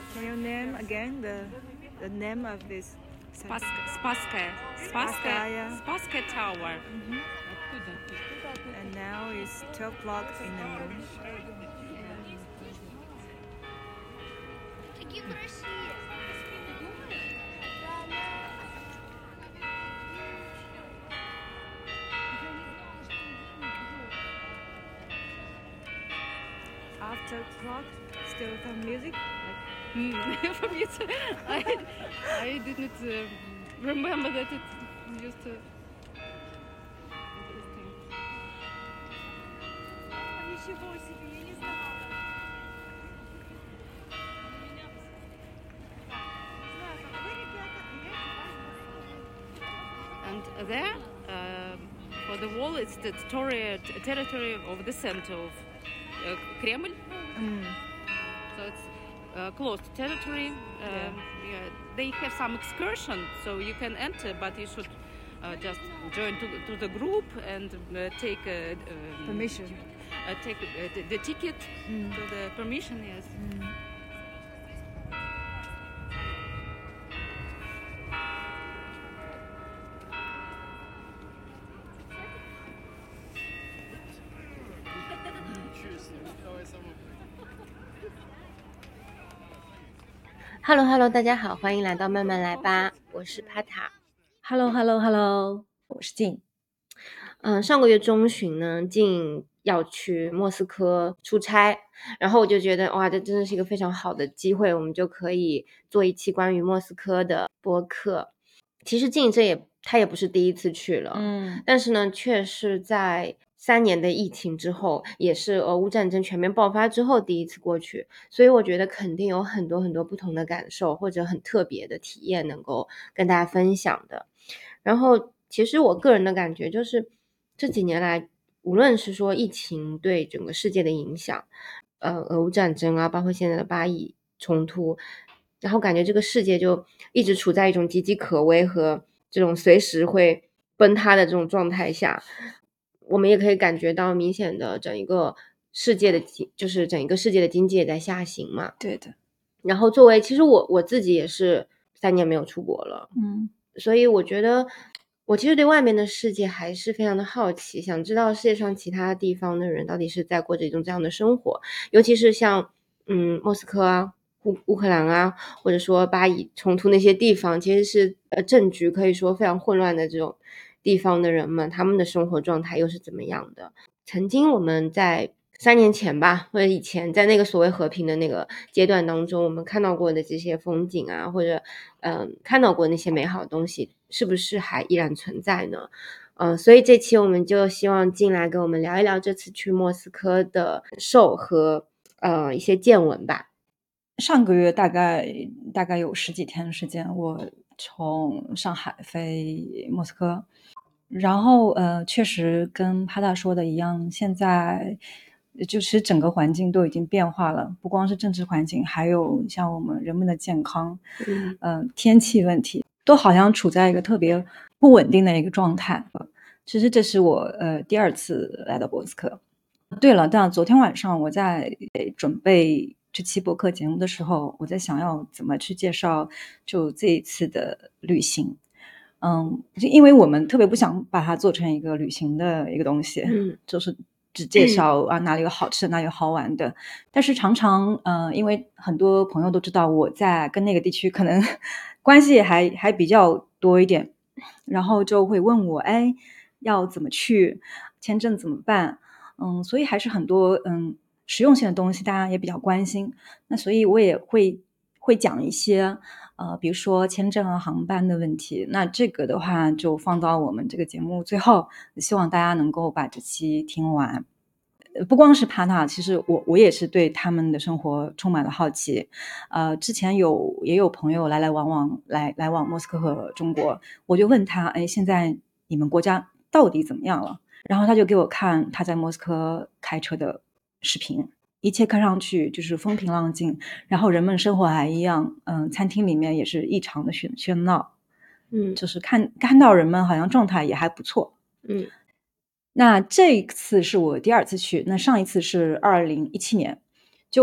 Can you name again the name of this? Spasskaya Tower. And now it's 12 o'clock in the noon. After clock, still some music. From YouTube, I didn't remember that it used to. And there, for the wall, it's the territory of the center of Kremlin. So it's closed territory. They have some excursion, so you can enter, but you should just join to the group and take Permission. Take the ticket to the permission. Yes. Hello， 大家好，欢迎来到慢慢来吧，我是帕塔。 Hello， 我是静。 上个月中旬呢，静要去莫斯科出差，然后我就觉得哇，这真的是一个非常好的机会，我们就可以做一期关于莫斯科的播客。其实静他也不是第一次去了，但是呢，却是在3年的疫情之后，也是俄乌战争全面爆发之后第一次过去，所以我觉得肯定有很多很多不同的感受或者很特别的体验能够跟大家分享的。然后其实我个人的感觉就是这几年来，无论是说疫情对整个世界的影响，俄乌战争啊，包括现在的巴以冲突，然后感觉这个世界就一直处在一种岌岌可危和这种随时会崩塌的这种状态下，我们也可以感觉到明显的整一个世界的经济也在下行嘛。 对的。 然后作为其实我自己也是3年没有出国了，所以我觉得我其实对外面的世界还是非常的好奇，想知道世界上其他地方的人到底是在过着一种这样的生活，尤其是像莫斯科啊、乌克兰啊，或者说巴以冲突那些地方，其实是政局可以说非常混乱的这种地方的人们，他们的生活状态又是怎么样的。曾经我们在3年前吧，或者以前在那个所谓和平的那个阶段当中，我们看到过的这些风景啊，或者看到过那些美好的东西，是不是还依然存在呢？所以这期我们就希望进来跟我们聊一聊这次去莫斯科的感受和一些见闻吧。 上个月大概有10几天的时间，我从上海飞莫斯科，然后确实跟帕塔说的一样，现在就是整个环境都已经变化了，不光是政治环境，还有像我们人们的健康，天气问题，都好像处在一个特别不稳定的一个状态。其实这是我第2次来到莫斯科。对了，但昨天晚上我在准备这期播客节目的时候，我在想要怎么去介绍就这一次的旅行。就因为我们特别不想把它做成一个旅行的一个东西，就是只介绍哪里有好吃的，哪里有好玩的。但是常常因为很多朋友都知道我在跟那个地区可能关系还比较多一点，然后就会问我要怎么去，签证怎么办，所以还是很多实用性的东西大家也比较关心。那所以我也会讲一些比如说签证啊、航班的问题。那这个的话就放到我们这个节目最后，希望大家能够把这期听完。不光是帕塔，其实我也是对他们的生活充满了好奇。之前也有朋友来往莫斯科和中国，我就问他，现在你们国家到底怎么样了？然后他就给我看他在莫斯科开车的视频，一切看上去就是风平浪静，然后人们生活还一样，餐厅里面也是异常的喧闹，就是看到人们好像状态也还不错。那这次是我第2次去，那上一次是2017年，就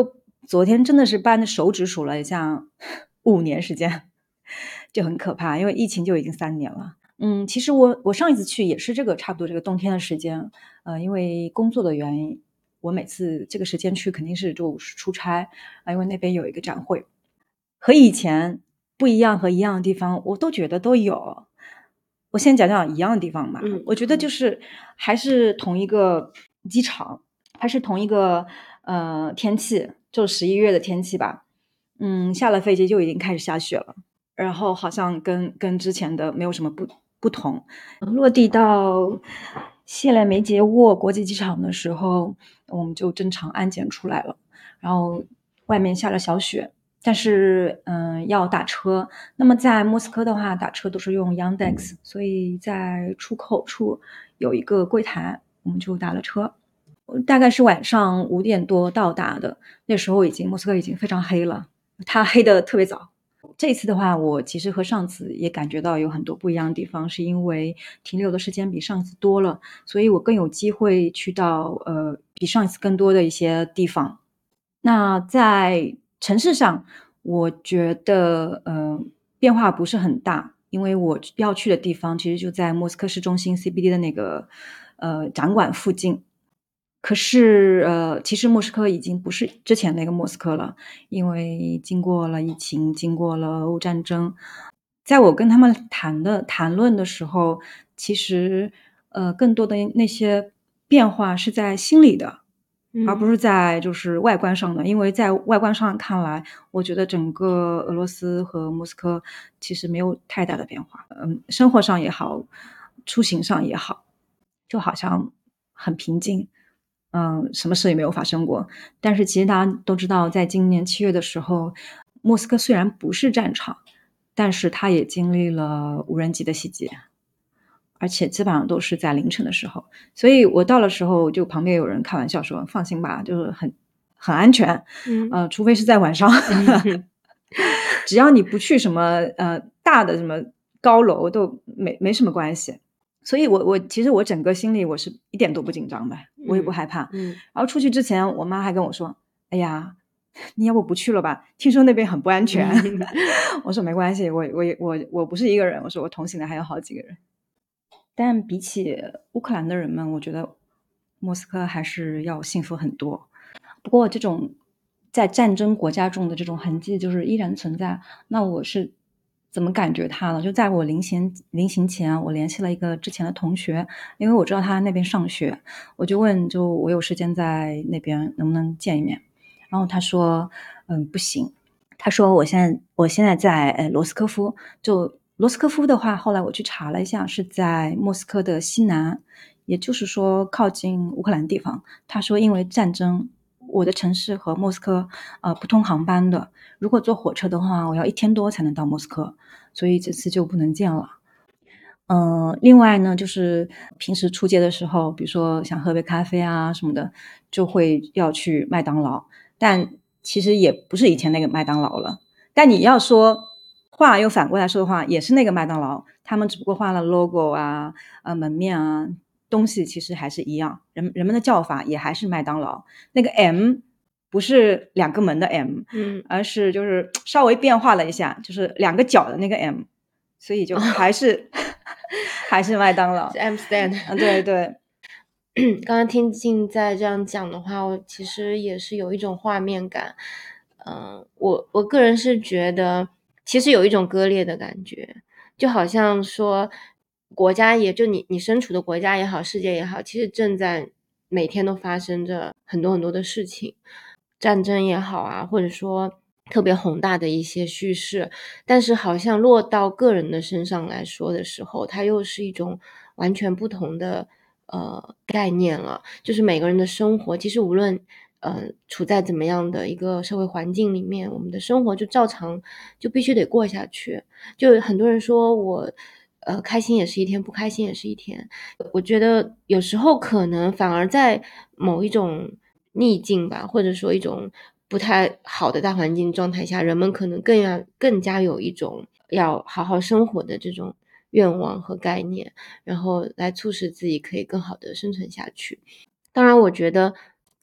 昨天真的是扳着手指数了一下5年时间，就很可怕，因为疫情就已经3年了。其实我上一次去也是差不多这个冬天的时间，因为工作的原因，我每次这个时间去肯定是就出差啊，因为那边有一个展会，和以前不一样和一样的地方，我都觉得都有。我先讲讲一样的地方吧。我觉得就是还是同一个机场，还是同一个天气，就11月的天气吧。下了飞机就已经开始下雪了，然后好像跟之前的没有什么不同。落地到谢雷梅捷沃国际机场的时候，我们就正常安检出来了，然后外面下了小雪。但是要打车，那么在莫斯科的话，打车都是用 Yandex， 所以在出口处有一个柜台，我们就打了车。大概是晚上5点多到达的，那时候莫斯科已经非常黑了，它黑的特别早。这次的话，我其实和上次也感觉到有很多不一样的地方，是因为停留的时间比上次多了，所以我更有机会去到比上一次更多的一些地方。那在城市上，我觉得变化不是很大，因为我要去的地方其实就在莫斯科市中心 CBD 的那个展馆附近。可是其实莫斯科已经不是之前那个莫斯科了，因为经过了疫情，经过了俄乌战争，在我跟他们谈论的时候，其实更多的那些变化是在心里的。而不是在就是外观上的，因为在外观上看来，我觉得整个俄罗斯和莫斯科其实没有太大的变化。生活上也好，出行上也好，就好像很平静，什么事也没有发生过。但是其实大家都知道，在今年7月的时候，莫斯科虽然不是战场，但是它也经历了无人机的袭击。而且基本上都是在凌晨的时候，所以我到的时候，就旁边有人开玩笑说：“放心吧，就是很安全，除非是在晚上，只要你不去什么大的什么高楼，都没什么关系。”所以其实我整个心里我是一点都不紧张的，我也不害怕。然后出去之前，我妈还跟我说：“哎呀，你要不去了吧？听说那边很不安全。”我说没关系，我不是一个人，我说我同行的还有好几个人。但比起乌克兰的人们，我觉得莫斯科还是要幸福很多。不过这种在战争国家中的这种痕迹就是依然存在。那我是怎么感觉它呢？就在我临行前，我联系了一个之前的同学，因为我知道他那边上学，我就问，就我有时间在那边能不能见一面？然后他说，不行。他说我现在在罗斯科夫，就罗斯科夫的话，后来我去查了一下，是在莫斯科的西南，也就是说靠近乌克兰地方。他说因为战争，我的城市和莫斯科不通航班的，如果坐火车的话，我要1天多才能到莫斯科，所以这次就不能见了。另外呢，就是平时出街的时候，比如说想喝杯咖啡啊什么的，就会要去麦当劳，但其实也不是以前那个麦当劳了。但你要说话又反过来说的话，也是那个麦当劳，他们只不过换了 logo 啊、门面啊，东西其实还是一样，人们的叫法也还是麦当劳。那个 M 不是2个门的 M，而是就是稍微变化了一下，就是2个角的那个 M， 所以就还是还是麦当劳， 是 M stand。 对对。 刚刚听静在这样讲的话，我其实也是有一种画面感。我个人是觉得，其实有一种割裂的感觉，就好像说，国家也就你身处的国家也好，世界也好，其实正在每天都发生着很多很多的事情，战争也好啊，或者说特别宏大的一些叙事，但是好像落到个人的身上来说的时候，它又是一种完全不同的概念了。就是每个人的生活，其实无论处在怎么样的一个社会环境里面，我们的生活就照常就必须得过下去。就很多人说我开心也是一天，不开心也是一天。我觉得有时候可能反而在某一种逆境吧，或者说一种不太好的大环境状态下，人们可能更加有一种要好好生活的这种愿望和概念，然后来促使自己可以更好的生存下去。当然我觉得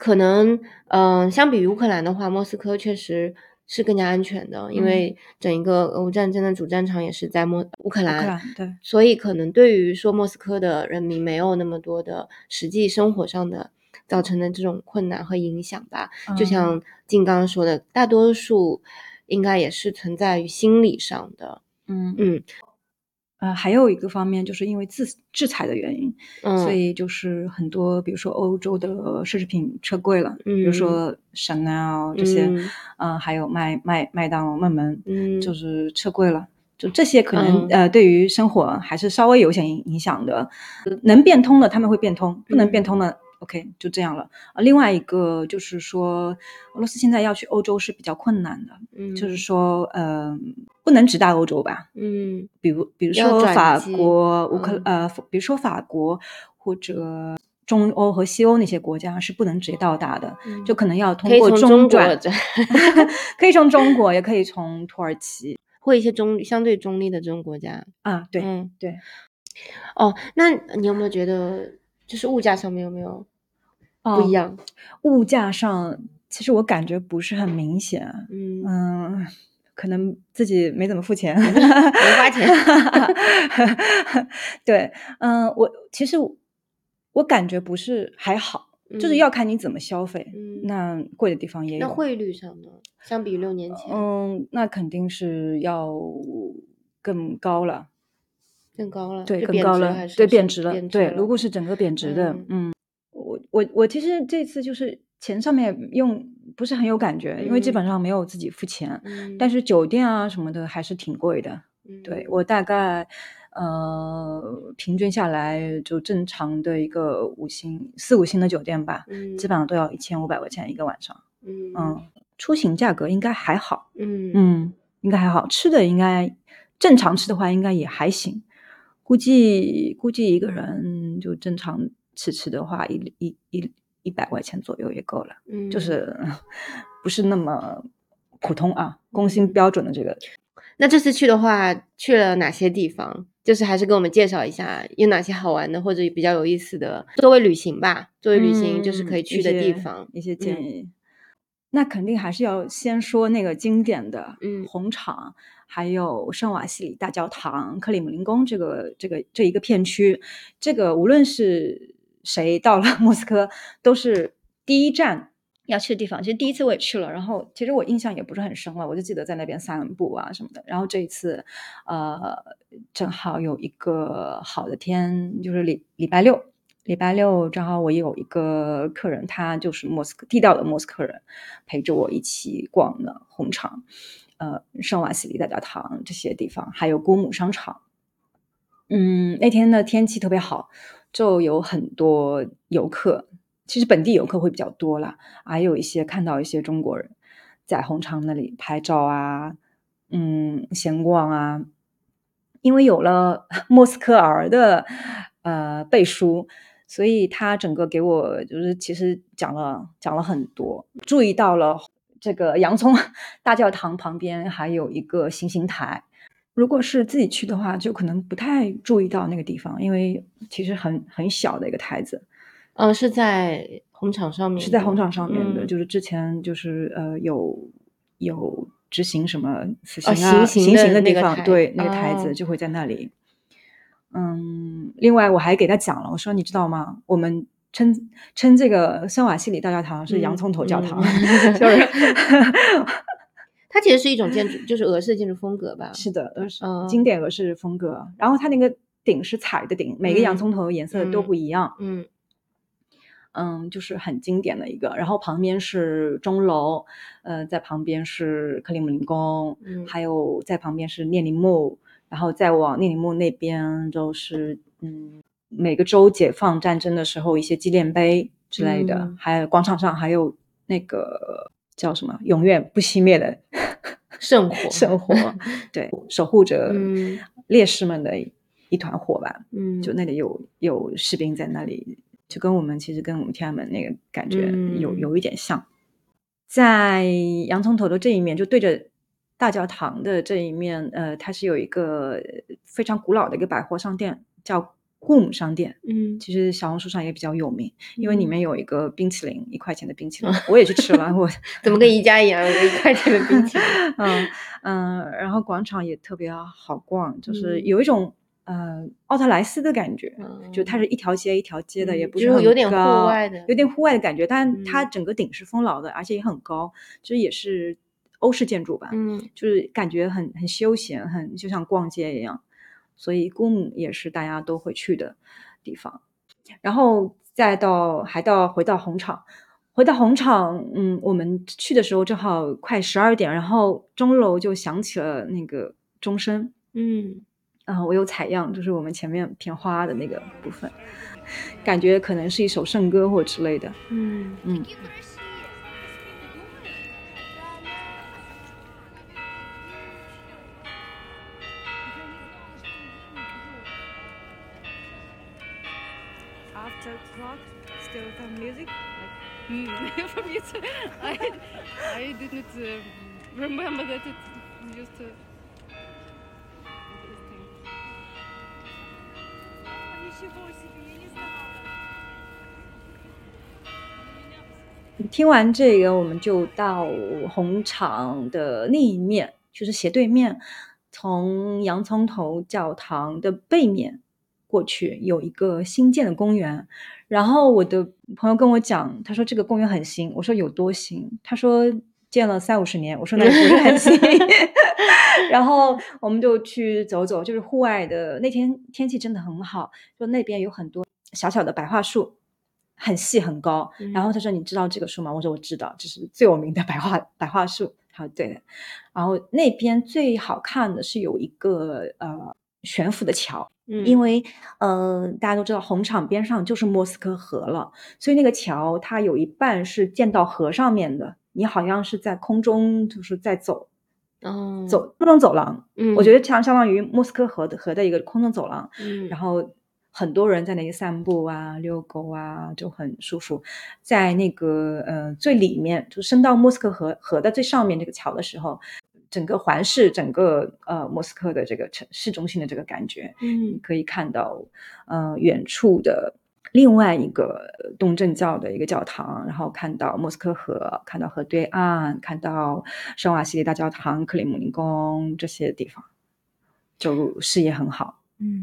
可能相比于乌克兰的话，莫斯科确实是更加安全的，因为整一个俄乌战争的主战场也是在乌克兰， 对， 所以可能对于说莫斯科的人民没有那么多的实际生活上的造成的这种困难和影响吧。就像静刚刚说的，大多数应该也是存在于心理上的。 还有一个方面就是因为制裁的原因，所以就是很多比如说欧洲的奢侈品撤柜了，比如说 Chanel 这些，还有麦当劳、梦门，就是撤柜了。就这些可能对于生活还是稍微有些影响的，能变通的他们会变通，不能变通的OK 就这样了。另外一个就是说俄罗斯现在要去欧洲是比较困难的，就是说不能直达欧洲吧，比如说法国、比如说法国或者中欧和西欧那些国家是不能直接到达的，就可能要通过中转，可以从中国，也可以从土耳其或一些相对中立的这种国家啊，对，对。 哦，那你有没有觉得就是物价上面有没有不一样？ 物价上其实我感觉不是很明显，可能自己没怎么付钱， 没花钱。 对，其实我感觉不是还好，就是要看你怎么消费，那贵的地方也有。 那汇率上呢？相比6年前， 那肯定是要更高了。 更高了， 对，更高了，对，贬值了，对，如果是整个贬值的，我其实这次就是钱上面用不是很有感觉，因为基本上没有自己付钱，但是酒店啊什么的还是挺贵的，对，我大概平均下来就正常的一个4、5星的酒店吧，基本上都要1500块钱一个晚上，出行价格应该还好，应该还好，吃的应该正常吃的话应该也还行。估计一个人就正常吃的话，100块钱左右也够了，就是不是那么普通啊，工薪标准的这个。 那这次去的话，去了哪些地方？就是还是给我们介绍一下有哪些好玩的或者比较有意思的，作为旅行吧，作为旅行就是可以去的地方， 一些建议。那肯定还是要先说那个经典的红场，还有圣瓦西里大教堂、克里姆林宫这一个片区，这个无论是谁到了莫斯科都是第一站要去的地方。其实第一次我也去了，然后其实我印象也不是很深了，我就记得在那边散步啊什么的。然后这一次正好有一个好的天，就是礼拜六正好我有一个客人，他就是地道的莫斯科人，陪着我一起逛了红场、圣瓦西里大教堂这些地方，还有姑母商场。那天的天气特别好，就有很多游客，其实本地游客会比较多啦，还有看到一些中国人在红场那里拍照啊，闲逛啊。因为有了莫斯科儿的背书，所以他整个给我就是其实讲了很多，注意到了这个洋葱大教堂旁边还有一个行刑台。如果是自己去的话，就可能不太注意到那个地方，因为其实很小的一个台子。 是在红场上面， 是在红场上面的，就是之前就是有执行什么死刑啊、行刑的地方，对，那个台子就会在那里。另外我还给他讲了，我说你知道吗？我们称这个圣瓦西里大教堂是洋葱头教堂，就是它其实是一种建筑，就是俄式建筑风格吧。 是的，经典俄式风格。然后它那个顶是彩的顶，每个洋葱头颜色都不一样。就是很经典的一个。然后旁边是钟楼，在旁边是克里姆林宫，还有在旁边是列宁墓，然后再往列宁墓那边就是每个州解放战争的时候一些纪念碑之类的，还有广场上还有那个叫什么永远不熄灭的圣火对，守护着烈士们的一团火吧。就那里有士兵在那里，就跟我们天安门那个感觉有一点像。在洋葱头的这一面，就对着大教堂的这一面，它是有一个非常古老的一个百货商店，叫 Goom 商店， 嗯其实小红书上也比较有名，因为里面有一个冰淇淋1块钱的冰淇淋，我也去吃了，我怎么跟宜家一样，有个1块钱的冰淇淋？ 然后广场也特别好逛，就是嗯有一种奥特莱斯的感觉，就它是一条街一条街的，也不是很就是有点户高外的有点户外的感觉，但它嗯整个顶是封牢的，而且也很高，就是也是欧式建筑吧，就是感觉很休闲，就像逛街一样，所以 Goom 也是大家都会去的地方。然后回到红场，我们去的时候正好快12点，然后钟楼就响起了那个钟声，我有采样，就是我们前面片花的那个部分，感觉可能是一首圣歌或之类的。 After clock, still some music. From you, I didn't remember that it used to. Ничего себе, я не знала. 听完这个，我们就到红场的另一面，就是斜对面，从洋葱头教堂的背面过去，有一个新建的公园。然后我的朋友跟我讲，他说这个公园很新，我说有多新？他说建了30-50年，我说那也不是很新。然后我们就去走走，就是户外的，那天天气真的很好，就那边有很多小小的白桦树，很细很高。然后他说你知道这个树吗？我说我知道，这是最有名的白桦树。他说对的。然后那边最好看的是有一个悬浮的桥，因为大家都知道红场边上就是莫斯科河了，所以那个桥它有一半是建到河上面的，你好像是在空中就是在走空中走廊，我觉得相当于莫斯科河的一个空中走廊，然后很多人在那里散步啊、遛狗啊，就很舒服。在那个最里面，就升到莫斯科河的最上面这个桥的时候，整个环视整个莫斯科的这个市中心的这个感觉，你可以看到远处的另外一个东正教的一个教堂，然后看到莫斯科河，看到河对岸，看到圣瓦西里大教堂、克里姆林宫这些地方，就视野很好。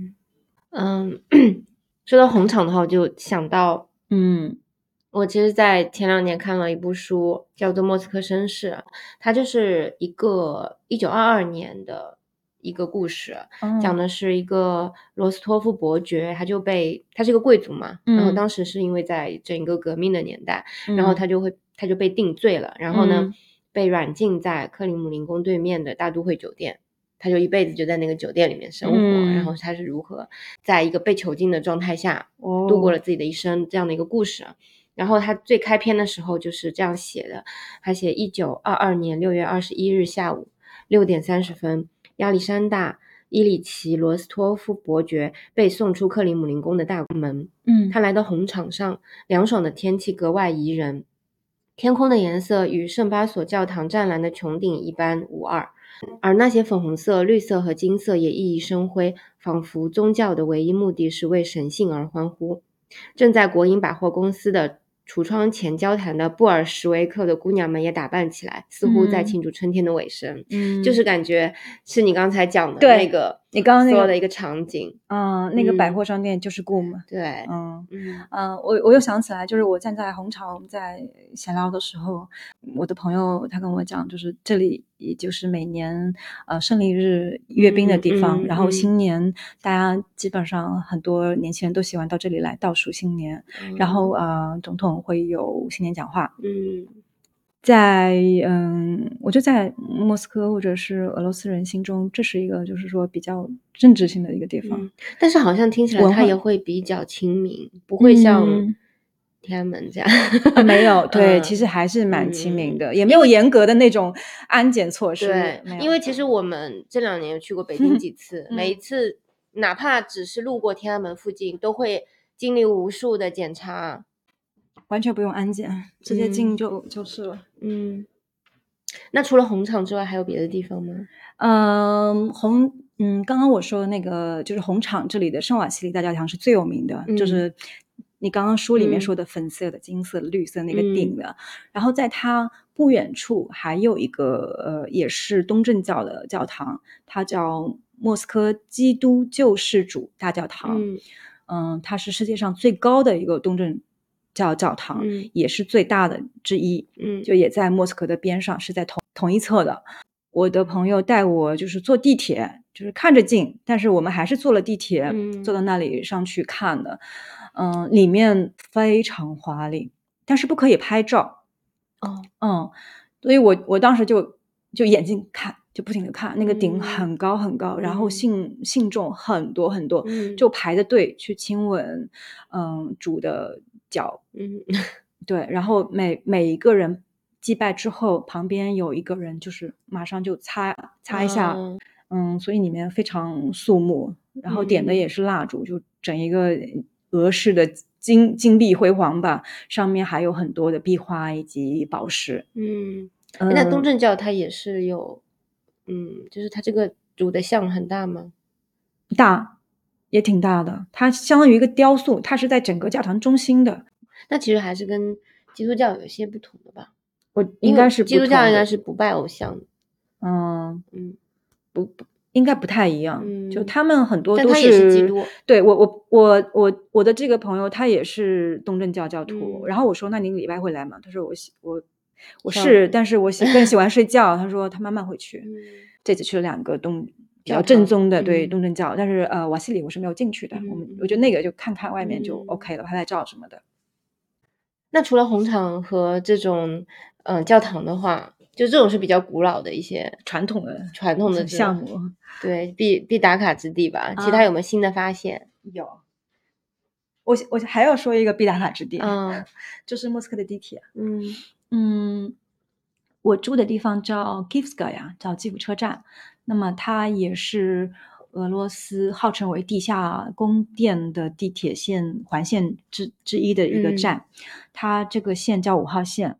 说到红场的话，我就想到我其实在前2年看了一部书，叫做《莫斯科绅士》，它就是一个1922年的一个故事，讲的是一个罗斯托夫伯爵，他是一个贵族嘛，然后当时是因为在整个革命的年代，然后他就被定罪了，然后呢被软禁在克里姆林宫对面的大都会酒店，他就一辈子就在那个酒店里面生活，然后他是如何在一个被囚禁的状态下度过了自己的一生这样的一个故事。然后他最开篇的时候就是这样写的，他写1922年6月21日下午6点30分，亚历山大·伊里奇·罗斯托夫伯爵被送出克里姆林宫的大门。他来到红场上，凉爽的天气格外宜人，天空的颜色与圣巴索教堂湛蓝的穹顶一般无二，而那些粉红色、绿色和金色也熠熠生辉，仿佛宗教的唯一目的是为神性而欢呼。正在国营百货公司的橱窗前交谈的布尔什维克的姑娘们也打扮起来，似乎在庆祝春天的尾声。就是感觉是你刚才讲的那个你刚刚那个说的一个场景。 那个百货商店就是 Goom。 对， 我又想起来，就是我站在红场，我们在闲聊的时候，我的朋友他跟我讲，就是这里也就是每年胜利日阅兵的地方，然后新年大家基本上很多年轻人都喜欢到这里来倒数新年，然后总统会有新年讲话。我觉得在莫斯科或者是俄罗斯人心中，这是一个就是说比较政治性的一个地方。 但是好像听起来它也会比较亲民，不会像天安门这样。 没有，对，其实还是蛮亲民的，也没有严格的那种安检措施。 对，因为其实我们这2年有去过北京几次，每一次哪怕只是路过天安门附近，都会经历无数的检查。 完全不用安检，直接进就是了。 那除了红场之外，还有别的地方吗？ 刚刚我说的那个就是红场这里的圣瓦西里大教堂是最有名的，就是你刚刚书里面说的粉色的、金色的、绿色那个顶的。然后在它不远处还有一个也是东正教的教堂，它叫莫斯科基督救世主大教堂。它是世界上最高的一个东正教教堂，也是最大的之一。就也在莫斯科的边上，是在同一侧的。我的朋友带我就是坐地铁，就是看着近，但是我们还是坐了地铁，坐到那里上去看的。里面非常华丽，但是不可以拍照。所以我当时就眼睛看，就不停的看，那个顶很高很高，然后信众很多很多，就排着队去亲吻主的脚。对，然后每一个人祭拜之后，旁边有一个人就是马上就擦一下。所以里面非常肃穆，然后点的也是蜡烛，就整一个俄式的金碧辉煌吧，上面还有很多的壁画以及宝石。 那东正教它也是有就是它这个主的像很大吗？ 大，也挺大的，它相当于一个雕塑，它是在整个教堂中心的。 那其实还是跟基督教有些不同的吧？ 应该是不同的， 基督教应该是不拜偶像的。 不应该不太一样。就他们很多都是， 但他也是基督。 对，我的这个朋友他也是东正教教徒。然后我说那你礼拜会来吗？他说我是，但是我更喜欢睡觉。他说他慢慢会去。这次去了2个比较正宗的对东正教，但是瓦西里我是没有进去的。我觉得那个就看看外面就 OK 了，拍拍照什么的。 那除了红场和这种教堂的话，就这种是比较古老的一些传统的项目，对，必打卡之地吧。其他有没有新的发现？ 有，我还要说一个必打卡之地，就是莫斯科的地铁。我住的地方叫 Kivskaya， 叫基辅车站。那么它也是俄罗斯号称为地下宫殿的地铁线环线之一的一个站。它这个线叫5号线。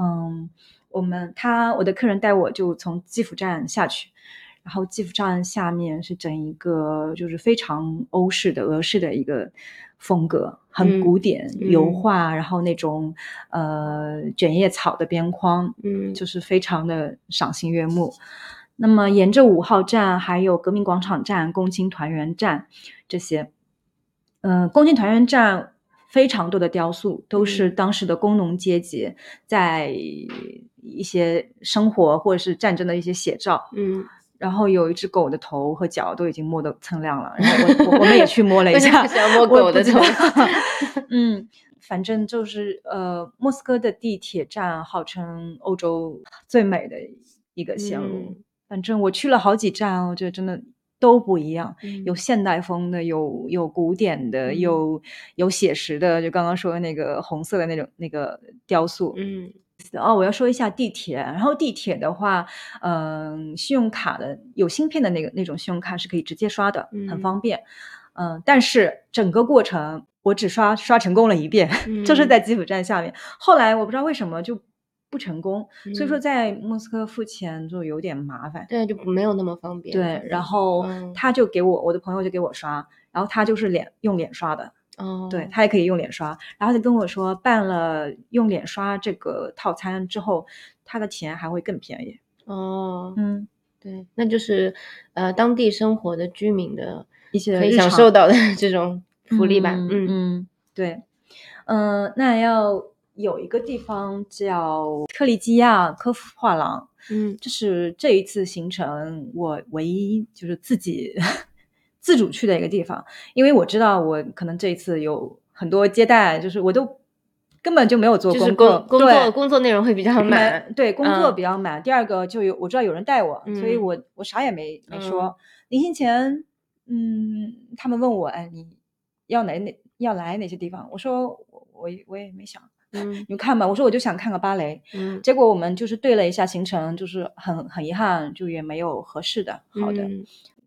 我的客人带我就从基辅站下去，然后基辅站下面是整一个就是非常欧式的俄式的一个风格，很古典，油画，然后那种卷叶草的边框，就是非常的赏心悦目。那么沿着5号站还有革命广场站、共青团圆站这些。共青团圆站非常多的雕塑，都是当时的工农阶级在一些生活或者是战争的一些写照。然后有一只狗的头和脚都已经摸得锃亮了，然后我们也去摸了一下。 想摸狗的头。 反正就是莫斯科的地铁站号称欧洲最美的一个线路。反正我去了好几站，我觉得真的都不一样，有现代风的，有古典的，有写实的，就刚刚说的那个红色的那个雕塑。我要说一下地铁。然后地铁的话，信用卡的有芯片的那种信用卡是可以直接刷的，很方便。但是整个过程我只刷成功了1遍，就是在基辅站下面。后来我不知道为什么就不成功，所以说在莫斯科付钱就有点麻烦。 对，就没有那么方便。 对，然后他就给我的朋友就给我刷，然后他就是用脸刷的。对，他也可以用脸刷。然后他跟我说办了用脸刷这个套餐之后，他的钱还会更便宜。 对，那就是当地生活的居民的一些可以享受到的这种福利吧。 对。那要有一个地方叫特利基亚科夫画廊。这是这一次行程我唯一就是自己自主去的一个地方，因为我知道我可能这一次有很多接待，就是我都根本就没有做功课， 就是工作内容会比较满。 对，工作比较满。第二个就我知道有人带我，所以我啥也没说。临行前他们问我你要来哪些地方，我说我也没想。你们看吧，我说我就想看个芭蕾。结果我们就是对了一下行程，就是很遗憾，就也没有合适的好的。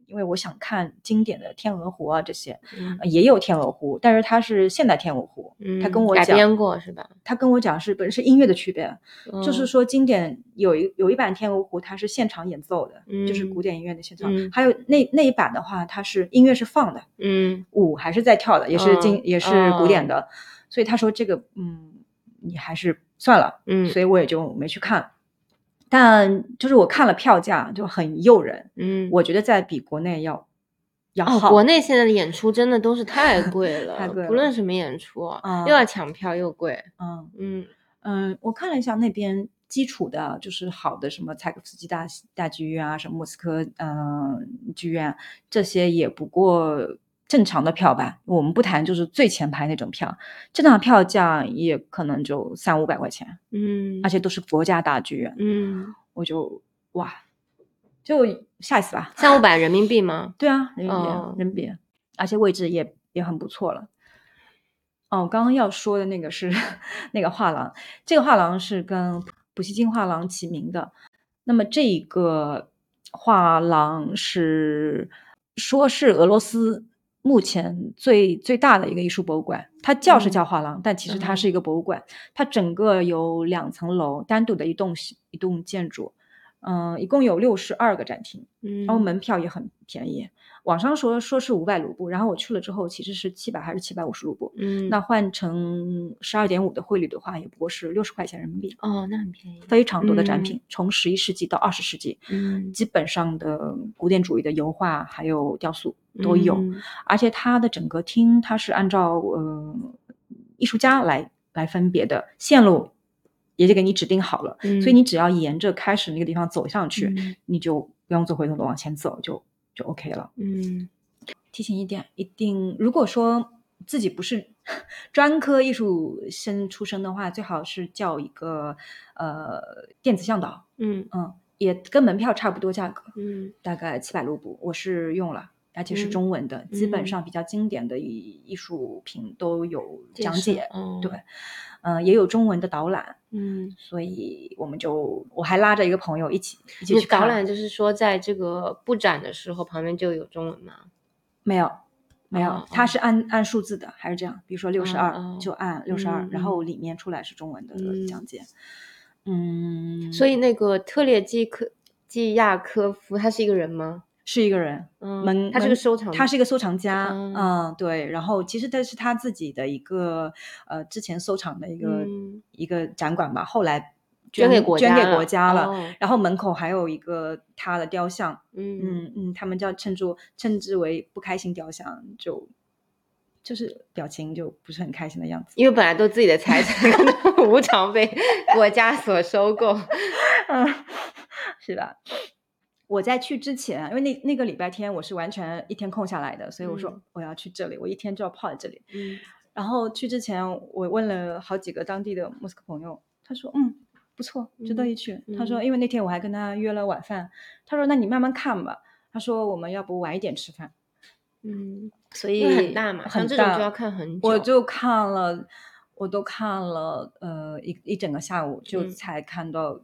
因为我想看经典的天鹅湖啊这些，也有天鹅湖，但是它是现代天鹅湖，他跟我改讲编过是吧？ 他跟我讲是本身是音乐的区别，就是说经典有一版天鹅湖它是现场演奏的，就是古典音乐的现场，还有那一版的话，它是音乐是放的，舞还是在跳的，也是古典的，所以他说这个你还是算了，所以我也就没去看。但就是我看了票价就很诱人，我觉得在比国内要好。 国内现在的演出真的都是太贵了， 太贵了， 不论什么演出，又要抢票又贵。 我看了一下那边基础的，就是好的什么柴可夫斯基大剧院啊，什么莫斯科剧院，这些也不过正常的票吧，我们不谈就是最前排那种票，正常票价也可能就300-500块钱，而且都是国家大剧院，我就哇，就下一次吧。 300-500人民币吗？ 对啊，人民币，而且位置也很不错了。刚刚要说的那个是那个画廊，这个画廊是跟普希金画廊齐名的。那么这个画廊说是俄罗斯目前最大的一个艺术博物馆，它是叫画廊，但其实它是一个博物馆。它整个有2层楼，单独的一栋建筑，一共有62个展厅，然后门票也很便宜。网上说是500卢布，然后我去了之后其实是700还是750卢布，那换成12.5的汇率的话，也不过是60块钱人民币。 那很便宜。 非常多的展品，从11世纪到20世纪，基本上的古典主义的油画还有雕塑都有，而且它的整个厅它是按照艺术家来分别的，线路也就给你指定好了，所以你只要沿着开始那个地方走上去，你就不用走回头路往前走，就 OK 了。提醒一点，一定如果说自己不是专科艺术生出身的话，最好是叫一个电子向导，也跟门票差不多价格，大概700卢布，我是用了，而且是中文的，基本上比较经典的艺术品都有讲解，对，也有中文的导览，所以我还拉着一个朋友一起去看。 导览就是说在这个布展的时候旁边就有中文吗？ 没有，它是按数字的，还是这样，比如说62就按62，然后里面出来是中文的讲解。 所以那个特列季亚科夫他是一个人吗？ 是一个人， 他是个收藏， 他是一个收藏家，对，然后其实这是他自己的一个之前收藏的一个展馆吧，后来捐给国家了，然后门口还有一个他的雕像，他们称之为不开心雕像，就是表情就不是很开心的样子， 因为本来都自己的财产无偿被国家所收购， 是吧？我在去之前，因为那个礼拜天我是完全一天空下来的，所以我说我要去这里，我一天就要泡在这里。然后去之前我问了好几个当地的莫斯科朋友，他说不错，值得一去。他说因为那天我还跟他约了晚饭，他说那你慢慢看吧，他说我们要不晚一点吃饭。所以很大嘛，像这种就要看很久。 我都看了一整个下午，就才看到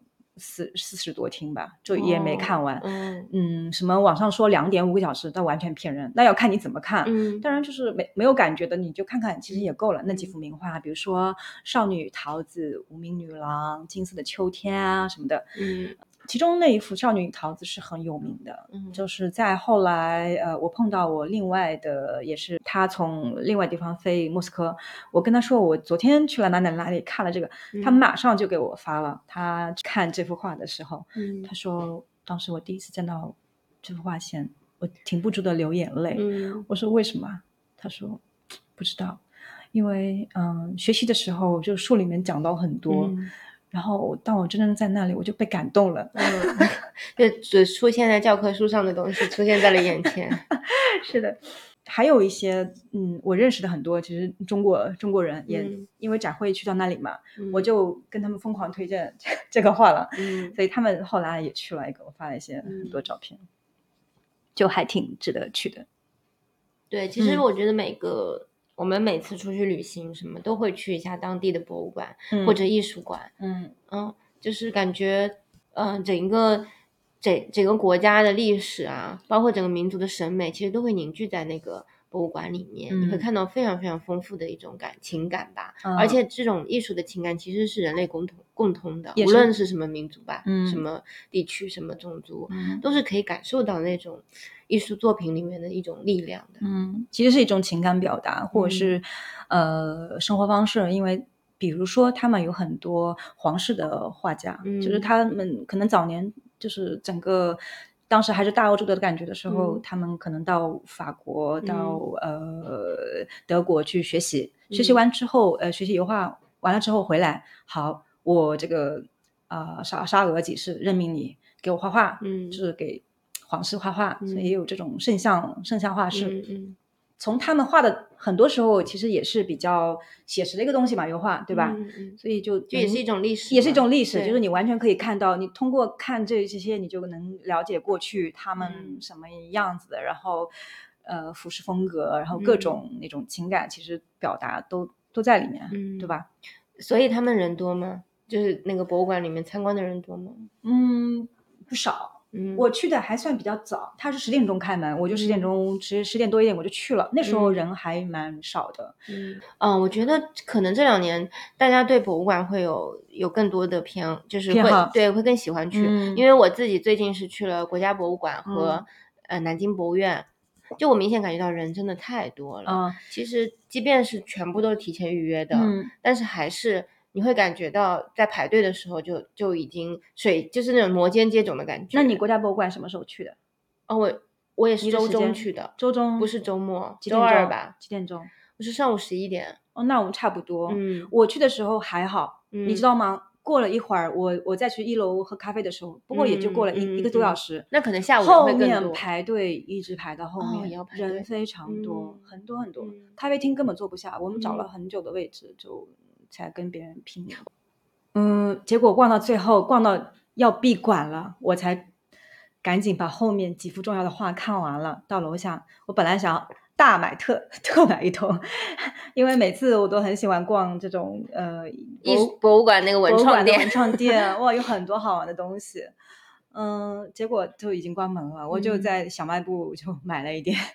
40多厅吧，就也没看完。什么网上说2.5个小时，那完全骗人，那要看你怎么看。当然就是没有感觉的，你就看看，其实也够了。那几幅名画，比如说少女与桃子、无名女郎、金色的秋天啊什么的。其中那一幅少女与桃子是很有名的，就是在后来我碰到我另外的，也是他从另外地方飞莫斯科，我跟他说我昨天去了哪里看了这个，他马上就给我发了他看这幅画的时候，他说当时我第一次见到这幅画前我停不住的流眼泪，我说为什么？他说不知道，因为学习的时候就书里面讲到很多，然后当我真正在那里我就被感动了， 就出现在教科书上的东西出现在了眼前。 是的，还有一些我认识的很多其实中国人也因为展会去到那里嘛，我就跟他们疯狂推荐这个画廊，所以他们后来也去了，也给我发了一些很多照片，就还挺值得去的。 对，其实我觉得我们每次出去旅行什么都会去一下当地的博物馆或者艺术馆，就是感觉整个整个国家的历史啊，包括整个民族的审美，其实都会凝聚在那个博物馆里面，你会看到非常非常丰富的一种情感吧。而且这种艺术的情感其实是人类共通的，无论是什么民族吧，什么地区、什么种族，都是可以感受到那种艺术作品里面的一种力量的。 其实是一种情感表达，或者是生活方式，因为比如说他们有很多皇室的画家，就是他们可能早年就是整个当时还是大欧洲的感觉的时候，他们可能到法国到德国去学习，学习完之后学习油画完了之后回来，好，我这个沙俄几世任命你给我画画，就是给皇室画画，所以也有这种圣像画室。从他们画的很多时候其实也是比较写实的一个东西嘛，油画对吧？所以就也是一种历史， 也是一种历史，就是你完全可以看到，你通过看这些你就能了解过去他们什么样子的，然后服饰风格，然后各种那种情感其实表达都在里面，对吧？ 所以他们人多吗？就是那个博物馆里面参观的人多吗？ 不少。我去的还算比较早，他是10点钟开门，我就10点钟10点多一点我就去了，那时候人还蛮少的。 我觉得可能这2年大家对博物馆会有更多的就是会更喜欢去，因为我自己最近是去了国家博物馆和南京博物院，就我明显感觉到人真的太多了。其实即便是全部都是提前预约的，但是还是你会感觉到在排队的时候就已经就是那种摩肩接踵的感觉。 那你国家博物馆什么时候去的？ 我也是周中去的， 周中不是周末，周二吧？ 几点钟？ 我是上午11点。 那我们差不多。我去的时候还好，你知道吗？过了一会儿，我再去1楼喝咖啡的时候，不过也就过了一个多小时。 那可能下午人会更多。 后面排队一直排到后面，人非常多，很多很多。咖啡厅根本坐不下，我们找了很久的位置，就才跟别人拼。结果逛到最后，逛到要闭馆了，我才赶紧把后面几幅重要的画看完了。到楼下，我本来想大买特买一通，因为每次我都很喜欢逛这种博物馆那个文创店，哇，有很多好玩的东西。结果就已经关门了，我就在小卖部就买了一点。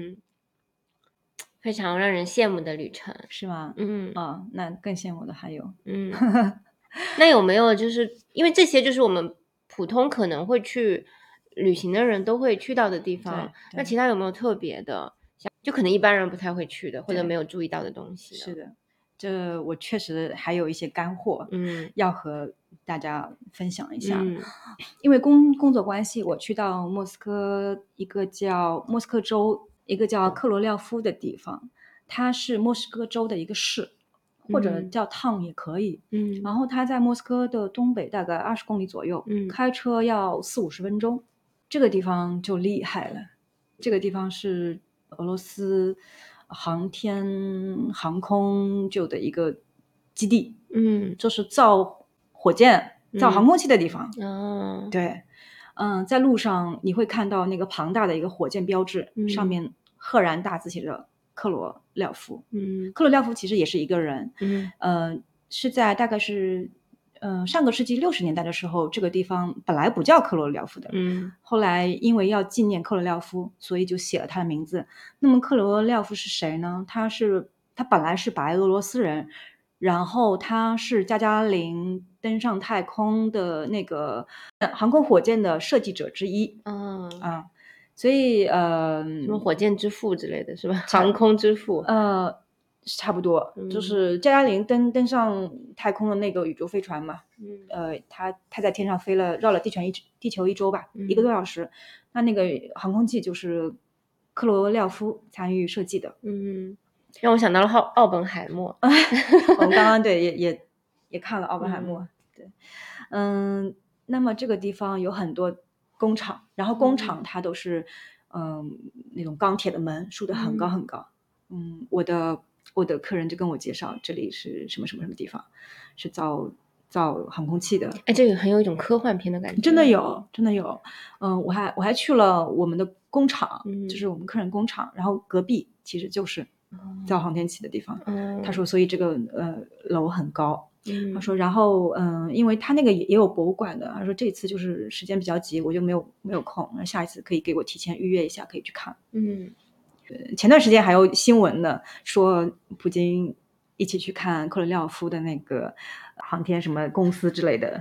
非常让人羡慕的旅程， 是吗？那更羡慕的还有那有没有就是因为这些就是我们普通可能会去旅行的人都会去到的地方，那其他有没有特别的就可能一般人不太会去的或者没有注意到的东西呢？ 是的，这我确实还有一些干货要和大家分享一下。因为工作关系，我去到莫斯科一个叫莫斯科州一个叫克罗廖夫的地方，它是莫斯科州的一个市，或者叫 town 也可以。然后它在莫斯科的东北大概20公里左右，开车要40-50分钟。这个地方就厉害了，这个地方是俄罗斯航空就的一个基地，就是造火箭、造航空器的地方。对，在路上你会看到那个庞大的一个火箭标志，上面赫然大字写着克罗廖夫。克罗廖夫其实也是一个人，是在大概是上个世纪60年代的时候，这个地方本来不叫克罗廖夫的，后来因为要纪念克罗廖夫，所以就写了他的名字。那么克罗廖夫是谁呢？他本来是白俄罗斯人，然后他是加加林登上太空的那个航空火箭的设计者之一。所以什么火箭之父之类的是吧？航空之父。 差不多，就是加加林登上太空的那个宇宙飞船嘛。他在天上飞了，绕了地球1周吧，1个多小时。那个航空器就是克罗廖夫参与设计的。 让我想到了奥本海默。 我们刚刚对也看了奥本海默。对，那么这个地方有很多工厂，然后工厂它都是那种钢铁的门，竖得很高很高。我的客人就跟我介绍这里是什么什么什么地方，是造航空器的。 这个很有一种科幻片的感觉。 真的有。我还去了我们的工厂，就是我们客人工厂，然后隔壁其实就是造航天器的地方。他说所以这个楼很高， 他说，然后因为他那个也有博物馆的，他说这次就是时间比较急，我就没有空，那下一次可以给我提前预约一下，可以去看。前段时间还有新闻呢，说普京一起去看克伦廖夫的那个航天什么公司之类的。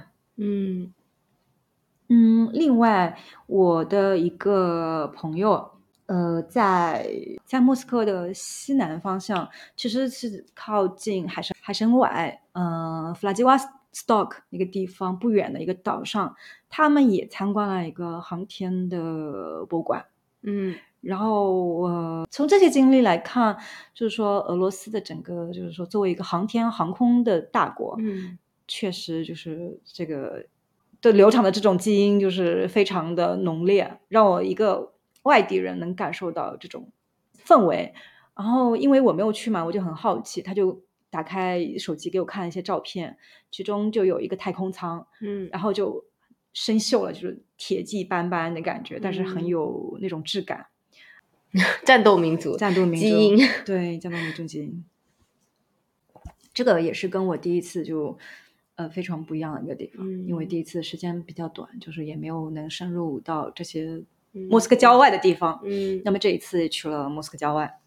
另外我的一个朋友在莫斯科的西南方向，其实是靠近海参崴弗拉基瓦斯托克那个地方不远的一个岛上，他们也参观了一个航天的博物馆。然后从这些经历来看，就是说俄罗斯的整个就是说作为一个航天航空的大国，确实就是这个对流淌的这种基因就是非常的浓烈，让我一个外地人能感受到这种氛围。然后因为我没有去嘛，我就很好奇，他就打开手机给我看一些照片，其中就有一个太空舱，然后就生锈了，就是铁迹斑斑的感觉，但是很有那种质感。 战斗民族基因， 对，战斗民族基因，这个也是跟我第一次就非常不一样的一个地方。因为第一次时间比较短，就是也没有能深入到这些莫斯科郊外的地方。那么这一次去了莫斯科郊外。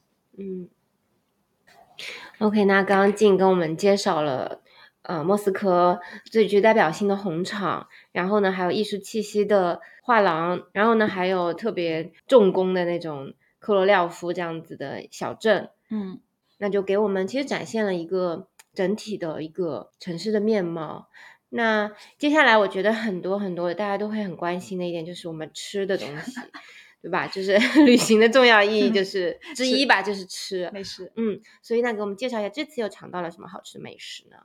OK， 那刚刚静跟我们介绍了莫斯科最具代表性的红场，然后呢还有艺术气息的画廊，然后呢还有特别重工的那种克罗廖夫这样子的小镇。那就给我们其实展现了一个整体的一个城市的面貌。那接下来我觉得很多大家都会很关心的一点就是我们吃的东西对吧？就是旅行的重要意义就是之一吧，就是吃美食。 所以那给我们介绍一下这次又尝到了什么好吃的美食呢？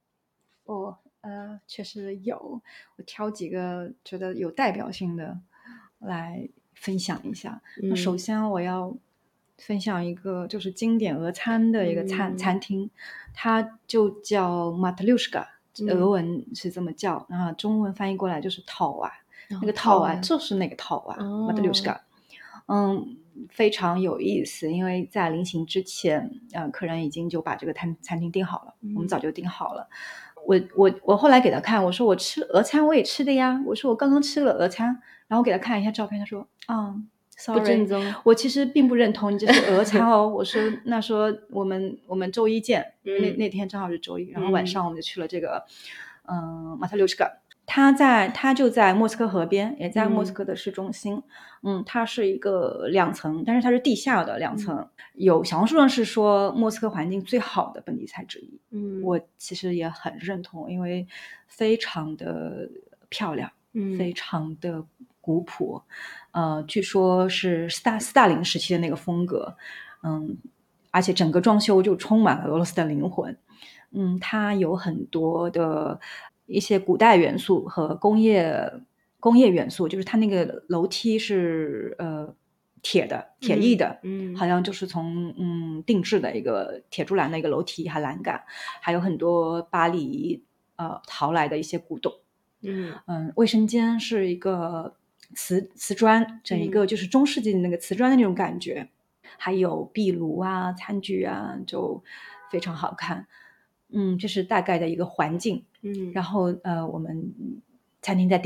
确实有，我挑几个觉得有代表性的来分享一下。那首先我要分享一个就是经典俄餐的一个餐厅，它就叫马特柳什卡，俄文是这么叫，然后中文翻译过来就是套娃。那个套娃就是那个套娃，马特柳什卡。非常有意思，因为在临行之前，客人已经就把这个餐厅订好了，我们早就订好了。我后来给他看，我说我吃俄餐我也吃的呀，我说我刚刚吃了俄餐，然后给他看一下照片，他说sorry， 不正宗， 我其实并不认同你这是俄餐哦。我说那说我们周一见，那天正好是周一，然后晚上我们就去了这个马特柳什卡。它就在莫斯科河边，也在莫斯科的市中心。它是一个2层，但是它是地下的2层。有小红书上是说莫斯科环境最好的本地菜之一。我其实也很认同，因为非常的漂亮，非常的古朴。据说是斯大林时期的那个风格。而且整个装修就充满了俄罗斯的灵魂。它有很多的一些古代元素和工业元素，就是它那个楼梯是铁艺的，好像就是从定制的一个铁柱栏的一个楼梯和栏杆，还有很多巴黎淘来的一些古董。卫生间是一个瓷砖，整一个就是中世纪的那个瓷砖的那种感觉，还有壁炉啊、餐具啊，就非常好看。这是大概的一个环境。然后我们餐厅在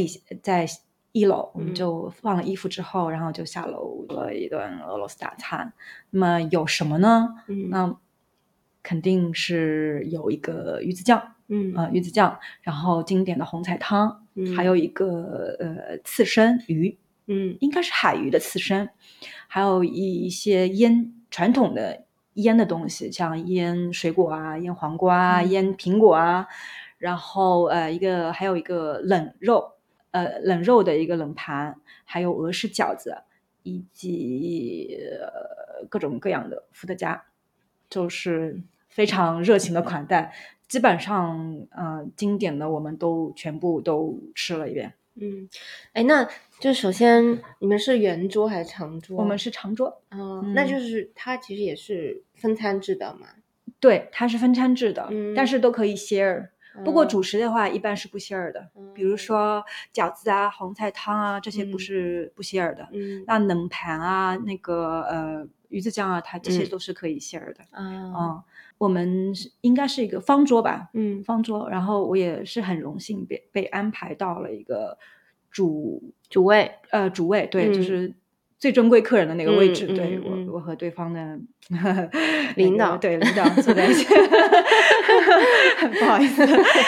1楼，我们就放了衣服之后，然后就下楼了一顿俄罗斯大餐。那么有什么呢？那肯定是有一个鱼子酱，然后经典的红菜汤，还有一个刺身鱼，应该是海鱼的刺身，还有一些传统的腌的东西，像腌水果啊、腌黄瓜啊、腌苹果啊，然后还有一个冷肉的一个冷盘，还有俄式饺子，以及各种各样的伏特加，就是非常热情的款待。基本上经典的我们都全部都吃了一遍。 那就首先你们是圆桌还是长桌？ 我们是长桌。 那就是它其实也是分餐制的嘛？ 对，它是分餐制的，但是都可以 share。 不过主食的话一般是不馅儿的，比如说饺子啊、红菜汤啊这些不是不馅儿的。那冷盘啊、那个鱼子酱啊，它这些都是可以馅儿的。我们应该是一个方桌吧，方桌。然后我也是很荣幸被安排到了一个主位，对，就是最珍贵客人的那个位置。对，我和对方的领导对领导坐在一起，不好意思。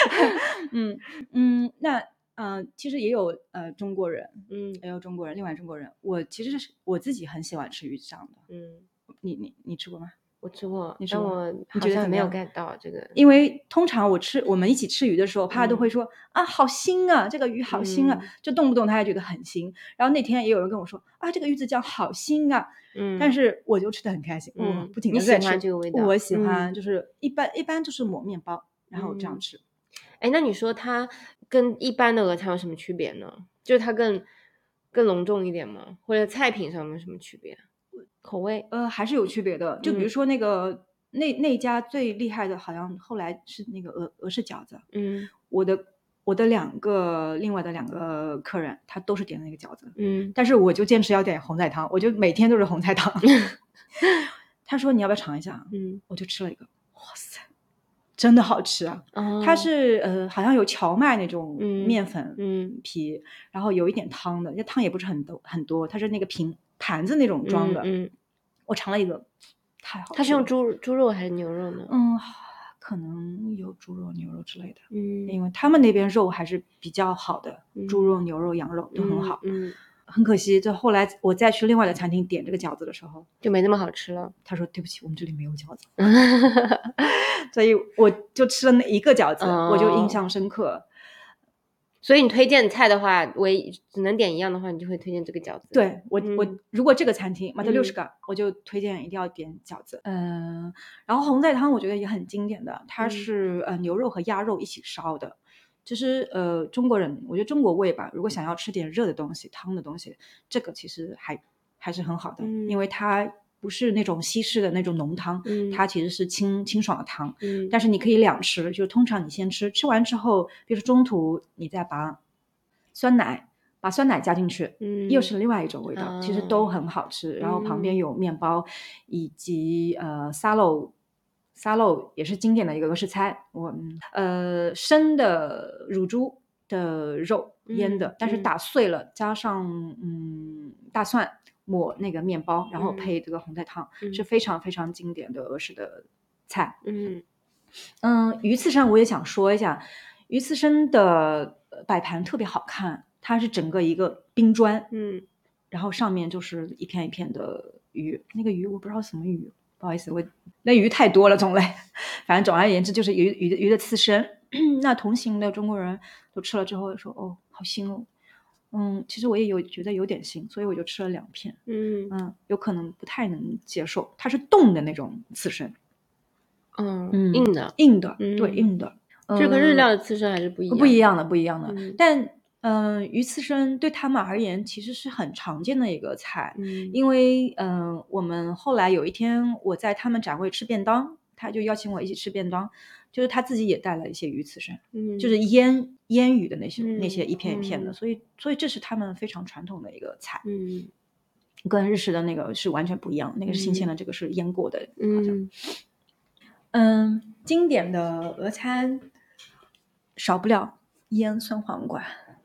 那其实也有中国人，也有中国人，另外中国人。我其实是我自己很喜欢吃鱼子酱的。你吃过吗？ 我吃过， 但我好像没有 get 到这个。 因为通常我们一起吃鱼的时候，他都会说啊，好腥啊，这个鱼好腥啊，就动不动他也觉得很腥。然后那天也有人跟我说啊，这个鱼子酱好腥啊，但是我就吃得很开心，我不停地在吃。 你喜欢这个味道？ 我喜欢，就是一般就是抹面包，然后这样吃。 那你说它跟一般的鹅餐有什么区别呢？就是它更隆重一点吗？或者菜品上有什么区别？口味还是有区别的。就比如说那个那家最厉害的，好像后来是那个俄式饺子。我的另外的两个客人，他都是点那个饺子。但是我就坚持要点红菜汤，我就每天都是红菜汤。他说你要不要尝一下？我就吃了一个，哇塞，真的好吃啊！它是好像有荞麦那种面粉皮，然后有一点汤的，那汤也不是很多，它是那个平盘子那种装的。我尝了一个，太好吃了。 它是用猪肉还是牛肉呢？ 可能有猪肉、牛肉之类的。因为他们那边肉还是比较好的，猪肉、牛肉、羊肉都很好。很可惜，就后来我再去另外的餐厅点这个饺子的时候， 就没那么好吃了。 他说对不起，我们这里没有饺子。所以我就吃了那一个饺子，我就印象深刻。 所以你推荐菜的话，只能点一样的话，你就会推荐这个饺子。 对，我如果这个餐厅Matryoshka，我就推荐一定要点饺子。然后红菜汤我觉得也很经典的，它是牛肉和鸭肉一起烧的。其实中国人，我觉得中国胃吧，如果想要吃点热的东西、汤的东西，这个其实还是很好的，因为它不是那种西式的那种浓汤，它其实是清爽的汤。但是你可以两吃，就通常你先吃完之后，比如说中途你再把酸奶加进去，又是另外一种味道，其实都很好吃。然后旁边有面包，以及沙漏也是经典的一个俄式菜。生的乳猪的肉腌的，但是打碎了，加上大蒜，抹那个面包，然后配这个红菜汤，是非常非常经典的俄式的菜。鱼刺身我也想说一下，鱼刺身的摆盘特别好看，它是整个一个冰砖，然后上面就是一片一片的鱼，那个鱼我不知道什么鱼，不好意思，那鱼太多了种类，反正总而言之就是鱼的刺身。那同行的中国人都吃了之后说哦好腥哦。其实我也觉得有点腥，所以我就吃了2片。有可能不太能接受，它是冻的那种刺身。硬的，对，硬的。 这跟日料的刺身还是不一样的。 不一样的。但鱼刺身对他们而言其实是很常见的一个菜。因为我们后来有一天我在他们展位吃便当，他就邀请我一起吃便当，就是他自己也带了一些鱼刺身，就是腌鱼的那些一片一片的，所以这是他们非常传统的一个菜。跟日式的那个是完全不一样，那个是新鲜的，这个是腌过的。好像经典的俄餐少不了腌酸黄瓜，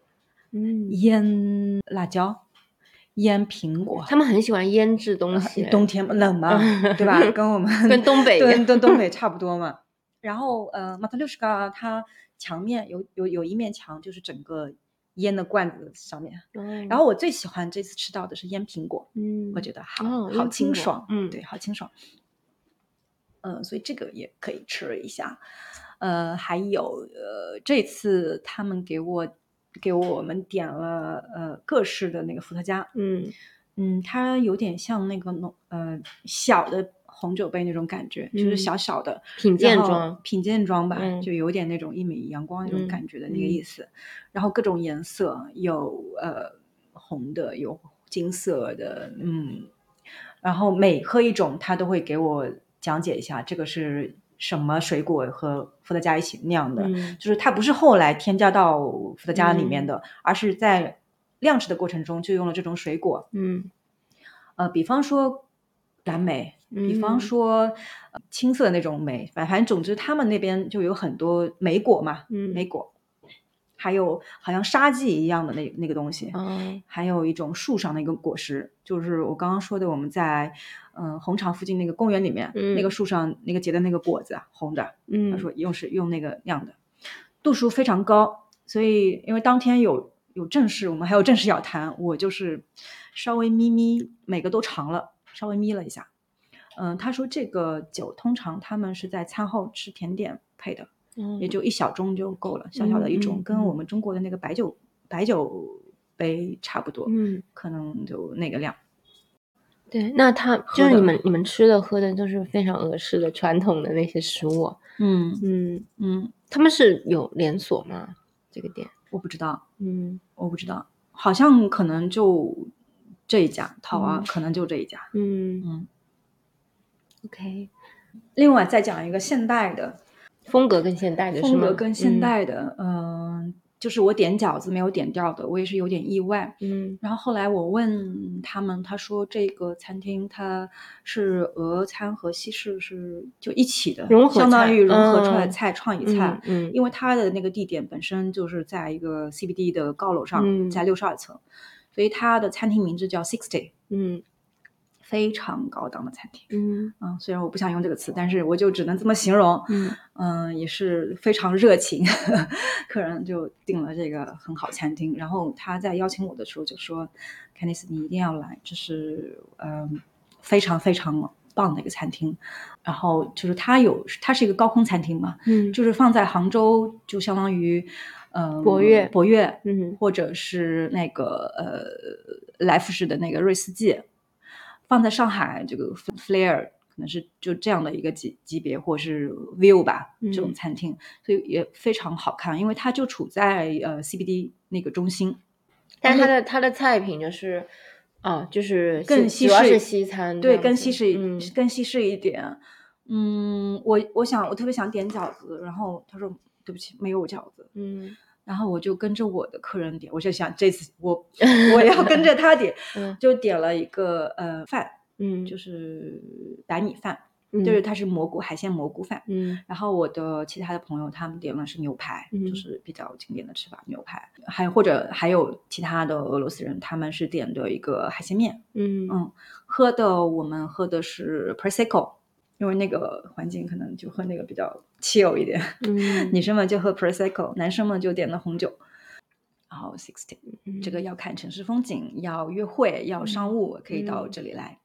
腌辣椒，腌苹果。 他们很喜欢腌制东西。 冬天冷嘛，对吧？跟我们跟东北东北差不多嘛。然后Matryoshka它墙面有一面墙就是整个腌的罐子上面。然后我最喜欢这次吃到的是腌苹果。我觉得好清爽。对，好清爽。所以这个也可以吃一下。还有这次他们给我们点了各式的那个伏特加。它有点像那个小的红酒杯那种感觉，就是小小的品鉴装吧，就有点那种一米阳光那种感觉的那个意思。然后各种颜色，有红的，有金色的。然后每喝一种他都会给我讲解一下，这个是什么水果和伏特加一起酿的， 嗯就是它不是后来添加到伏特加里面的，而是在酿制的过程中就用了这种水果。 嗯比方说蓝莓，比方说青色的那种莓，反正总之他们那边就有很多莓果嘛，莓果，还有好像沙棘一样的那个东西，还有一种树上的一个果实，就是我刚刚说的我们在红场附近那个公园里面，那个树上那个结的那个果子红的，他说用那个酿的，度数非常高，所以因为当天有正式，我们还有正式要谈，我就是稍微每个都尝了，稍微眯了一下。他说这个酒通常他们是在餐后吃甜点配的，也就1小盅就够了，小小的一盅，跟我们中国的那个白酒杯差不多，可能就那个量。 对，那它就是你们吃的喝的都是非常俄式的传统的那些食物。他们是有连锁吗？这个店我不知道，我不知道，好像可能就这一家陶啊，可能就这一家。 OK， 另外再讲一个现代的风格跟现代的是吗？ 风格跟现代的，就是我点饺子没有点掉的，我也是有点意外。然后后来我问他们，他说这个餐厅它是俄餐和西式是就一起的，相当于融合出来菜，创意菜。因为它的那个地点本身就是在一个 CBD 的高楼上，在62层，所以它的餐厅名字叫 60。非常高档的餐厅。虽然我不想用这个词，但是我就只能这么形容。也是非常热情，客人就订了这个很好餐厅。然后他在邀请我的时候就说 Candice 你一定要来，这是非常非常棒的一个餐厅。然后就是它是一个高空餐厅嘛，就是放在杭州就相当于博悦，或者是那个来福士的那个瑞思记，放在上海这个 Flair 可能是就这样的一个级别，或是 View 吧，这种餐厅，所以也非常好看，因为它就处在CBD 那个中心。 但是它的菜品就是就是更西式， 主要是西餐， 对，更西式一点。我特别想点饺子，然后他说对不起没有饺子。然后我就跟着我的客人点，我就想这次我要跟着他点，就点了一个饭，就是白米饭，就是它是海鲜蘑菇饭。然后我的其他的朋友他们点的是牛排，就是比较经典的吃法牛排，还有其他的俄罗斯人他们是点的一个海鲜面。我们喝的是 Prosecco，因为那个环境可能就喝那个比较chill一点。女生们就喝 Prosecco， 男生们就点了红酒。然后60，这个要看城市风景，要约会，要商务，可以到这里来。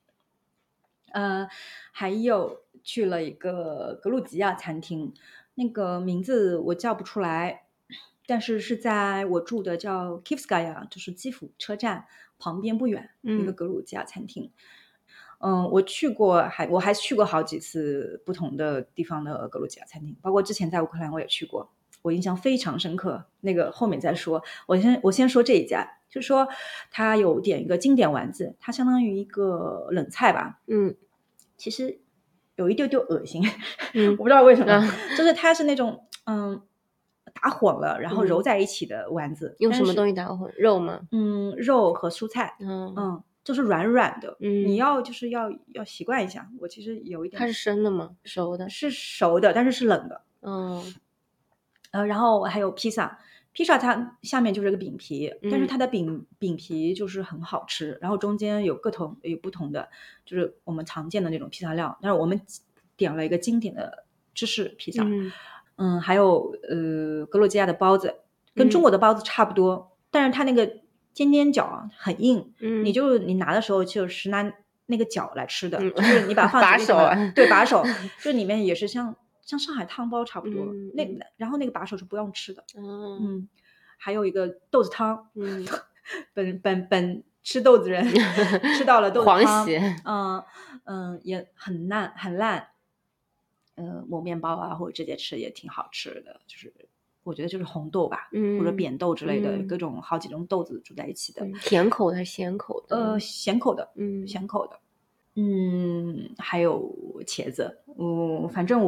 还有去了一个格鲁吉亚餐厅，那个名字我叫不出来，但是在我住的叫 Kivskaya， 就是基辅车站旁边不远，一个格鲁吉亚餐厅。我去过，我还去过好几次不同的地方的格鲁吉亚餐厅，包括之前在乌克兰我也去过，我印象非常深刻。那个后面再说，我先说这一家，就是说他有点一个经典丸子，它相当于一个冷菜吧。其实有一丢丢恶心，我不知道为什么，就是它是那种打混了然后揉在一起的丸子。 用什么东西打混？肉吗？ 肉和蔬菜。就是软软的。你就是要习惯一下。我其实有一点。 它是生的吗？熟的？ 是熟的，但是是冷的。然后还有披萨它下面就是个饼皮，但是它的饼皮就是很好吃，然后中间有不同的，就是我们常见的那种披萨料，但是我们点了一个经典的芝士披萨。还有格鲁吉亚的包子跟中国的包子差不多，但是它那个尖尖角很硬，你拿的时候就是拿那个角来吃的，就是你把它放把手对，把手，就里面也是像上海汤包差不多。然后那个把手是不用吃的。还有一个豆子汤。本吃豆子人吃到了豆子汤， 黄喜。 也很烂。抹面包啊或者直接吃也挺好吃的，就是我觉得就是红豆吧，或者扁豆之类的，各种好几种豆子煮在一起的。 甜口的还是咸口的？ 咸口的。咸口的。还有茄子。反正我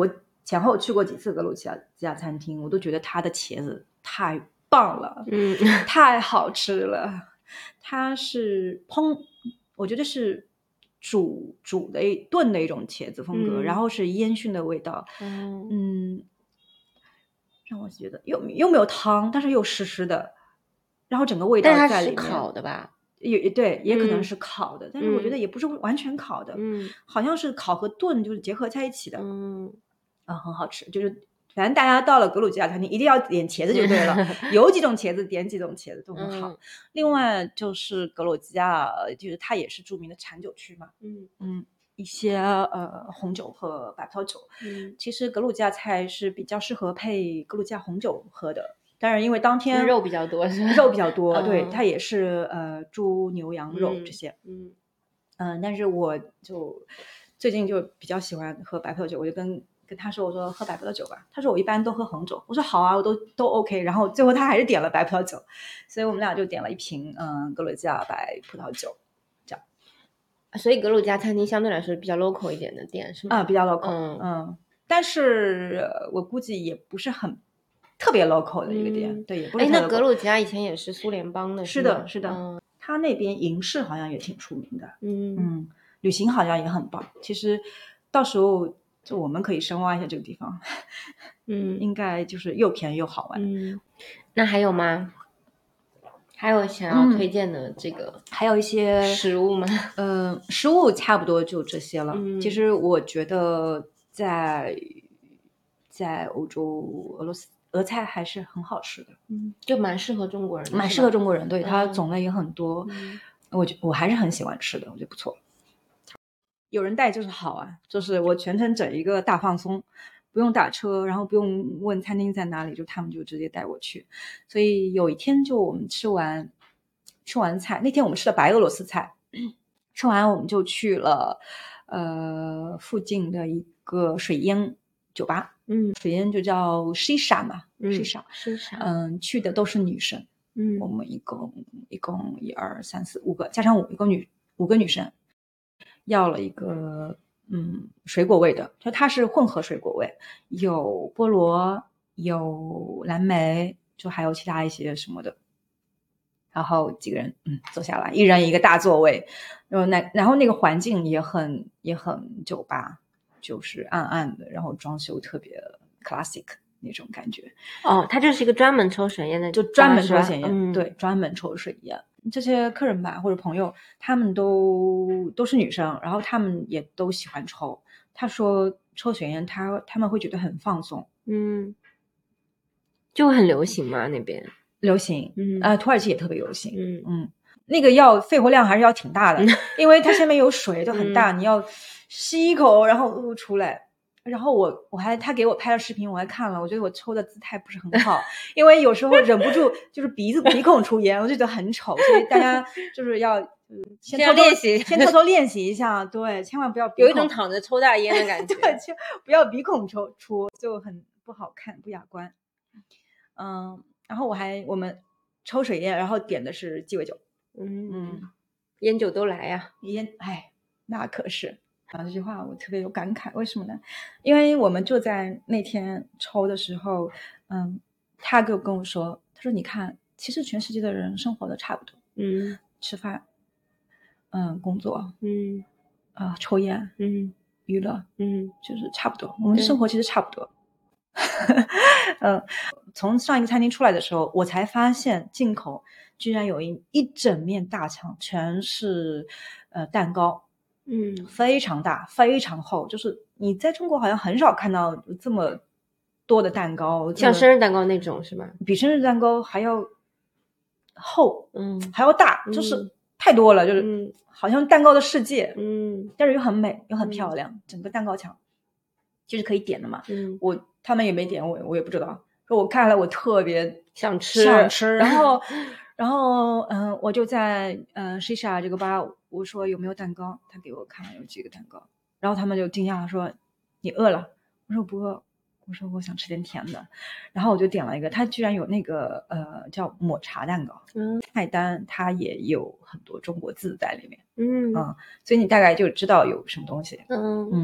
前后去过几次格鲁吉亚餐厅，我都觉得它的茄子太棒了，太好吃了。它是我觉得是煮的炖的一种茄子风格，然后是烟熏的味道，让我觉得又没有汤，但是又湿湿的，然后整个味道在里面。 但它是烤的吧？ 对，也可能是烤的，但是我觉得也不是完全烤的，好像是烤和炖就是结合在一起的，很好吃。就是反正大家到了格鲁吉亚餐厅一定要点茄子就对了，有几种茄子点几种茄子都很好。另外就是格鲁吉亚，就是它也是著名的产酒区嘛，一些红酒和白葡萄酒，其实格鲁吉亚菜是比较适合配格鲁吉亚红酒喝的。当然，因为当天肉比较多，是吧？ 肉比较多，对，它也是猪牛羊肉这些，但是我就最近就比较喜欢喝白葡萄酒，我就跟他说，我说喝白葡萄酒吧，他说我一般都喝红酒，我说好啊，我都 OK， 然后最后他还是点了白葡萄酒，所以我们俩就点了一瓶格鲁吉亚白葡萄酒，这样。 所以格鲁吉亚餐厅相对来说比较 local 一点的店是吗？ 比较 local，但是我估计也不是很特别 local 的一个店，对，也不是。 那格鲁吉亚以前也是苏联邦的， 是的，他那边银饰好像也挺出名的，旅行好像也很棒。其实到时候就我们可以深挖一下这个地方，应该就是又便宜又好玩。 那还有吗？还有想要推荐的这个， 还有一些食物吗？ 食物差不多就这些了。其实我觉得在欧洲俄菜还是很好吃的， 就蛮适合中国人的， 蛮适合中国人，对，它种类也很多，我还是很喜欢吃的，我觉得不错。有人带就是好啊，就是我全程整一个大放松，不用打车，然后不用问餐厅在哪里，就他们就直接带我去。所以有一天就我们吃完菜，那天我们吃的白俄罗斯菜，吃完我们就去了附近的一个水烟酒吧，水烟就叫 Shisha 嘛，Shisha，去的都是女生，我们一共1、2、3、4、5个，加上一共5个女生，要了一个水果味的，就它是混合水果味，有菠萝，有蓝莓，就还有其他一些什么的。然后几个人坐下来，一人一个大座位，然后那个环境也很酒吧，就是暗暗的，然后装修特别 classic 那种感觉。 它就是一个专门抽水烟的， 就专门抽水烟，对，专门抽水烟。这些客人吧或者朋友，他们都是女生，然后他们也都喜欢抽。他说抽水烟他们会觉得很放松， 就很流行嘛那边。 流行，土耳其也特别流行，那个要肺活量还是要挺大的，因为它下面有水就很大，你要吸一口然后出来。然后他给我拍了视频，我还看了，我觉得我抽的姿态不是很好，因为有时候忍不住就是鼻孔出烟，我就觉得很丑，所以大家就是要先偷偷练习一下，对，千万不要有一种躺着抽大烟的感觉， 对，就不要鼻孔出，就很不好看，不雅观。然后我们抽水烟，然后点的是鸡尾酒， 烟酒都来呀， 那可是。这句话我特别有感慨，为什么呢？因为我们就在那天抽的时候，他跟我说，他说你看，其实全世界的人生活的差不多，吃饭，工作，抽烟，娱乐，就是差不多，我们生活其实差不多。从上一个餐厅出来的时候，我才发现进口居然有一整面大墙全是蛋糕。非常大非常厚，就是你在中国好像很少看到这么多的蛋糕， 像生日蛋糕那种是吗？ 比生日蛋糕还要厚，还要大，就是太多了，就是好像蛋糕的世界，但是又很美又很漂亮，整个蛋糕墙就是可以点的嘛，他们也没点我也不知道，说我看了我特别想吃， 然后我就在Shisha 这个吧，我说有没有蛋糕，他给我看了有几个蛋糕，然后他们就惊讶了，说你饿了？我说不饿，我说我想吃点甜的，然后我就点了一个，他居然有那个叫抹茶蛋糕，菜单它也有很多中国字在里面，所以你大概就知道有什么东西，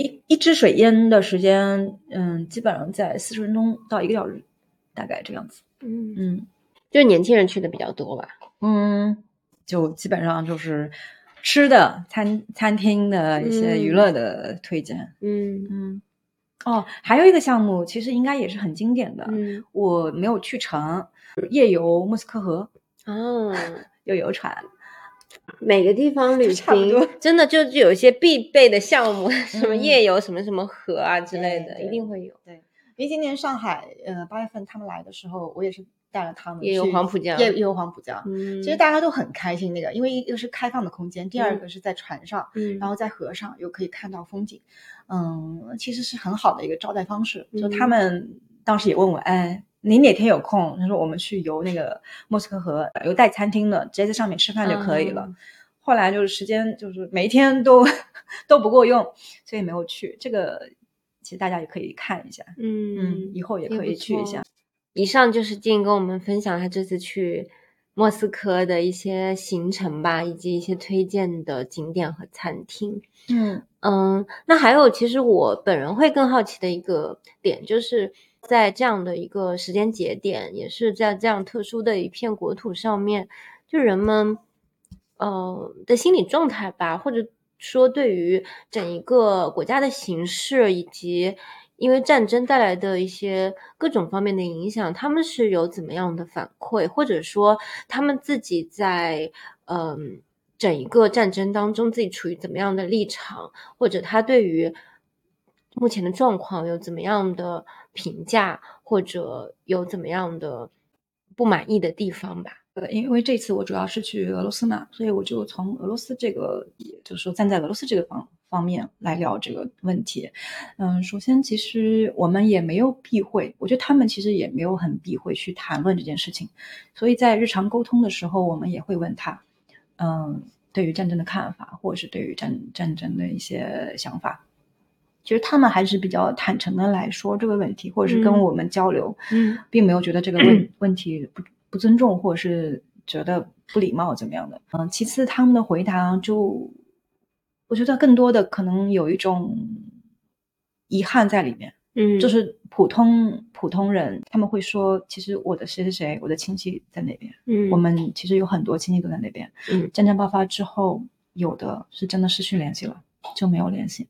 一支水烟的时间，基本上在40分钟到1个小时，大概这样子。 就是年轻人去的比较多吧。 就基本上就是吃的餐厅的一些娱乐的推荐。还有一个项目其实应该也是很经典的，我没有去成，夜游莫斯科河。有游船。 每个地方旅行真的就有一些必备的项目，什么夜游什么什么河啊之类的，一定会有。 对，因为今年上海8月份他们来的时候，我也是带了他们夜游黄浦江。 夜游黄浦江，其实大家都很开心那个，因为一个是开放的空间，第二个是在船上，然后在河上又可以看到风景，其实是很好的一个招待方式。就他们当时也问我，你哪天有空？他说我们去游那个莫斯科河，有带餐厅的，直接在上面吃饭就可以了。后来就是时间就是每一天都不够用，所以没有去。这个其实大家也可以看一下，以后也可以去一下。 以上就是静跟我们分享他这次去莫斯科的一些行程吧，以及一些推荐的景点和餐厅。那还有其实我本人会更好奇的一个点，就是在这样的一个时间节点，也是在这样特殊的一片国土上面，就人们的心理状态吧，或者说对于整一个国家的形势，以及因为战争带来的一些各种方面的影响，他们是有怎么样的反馈，或者说他们自己在整一个战争当中自己处于怎么样的立场，或者他对于目前的状况有怎么样的评价，或者有怎么样的不满意的地方吧。 因为这次我主要是去俄罗斯嘛，所以我就从俄罗斯这个，就是说站在俄罗斯这个方面来聊这个问题。首先其实我们也没有避讳，我觉得他们其实也没有很避讳去谈论这件事情，所以在日常沟通的时候，我们也会问他，对于战争的看法，或者是对于战争的一些想法。其实他们还是比较坦诚的来说这个问题，或者是跟我们交流，并没有觉得这个问题不尊重，或者是觉得不礼貌怎么样的。其次他们的回答就我觉得更多的可能有一种遗憾在里面。就是普通人他们会说，其实我的谁谁谁，我的亲戚在那边，我们其实有很多亲戚都在那边。战争爆发之后，有的是真的失去联系了，就没有联系。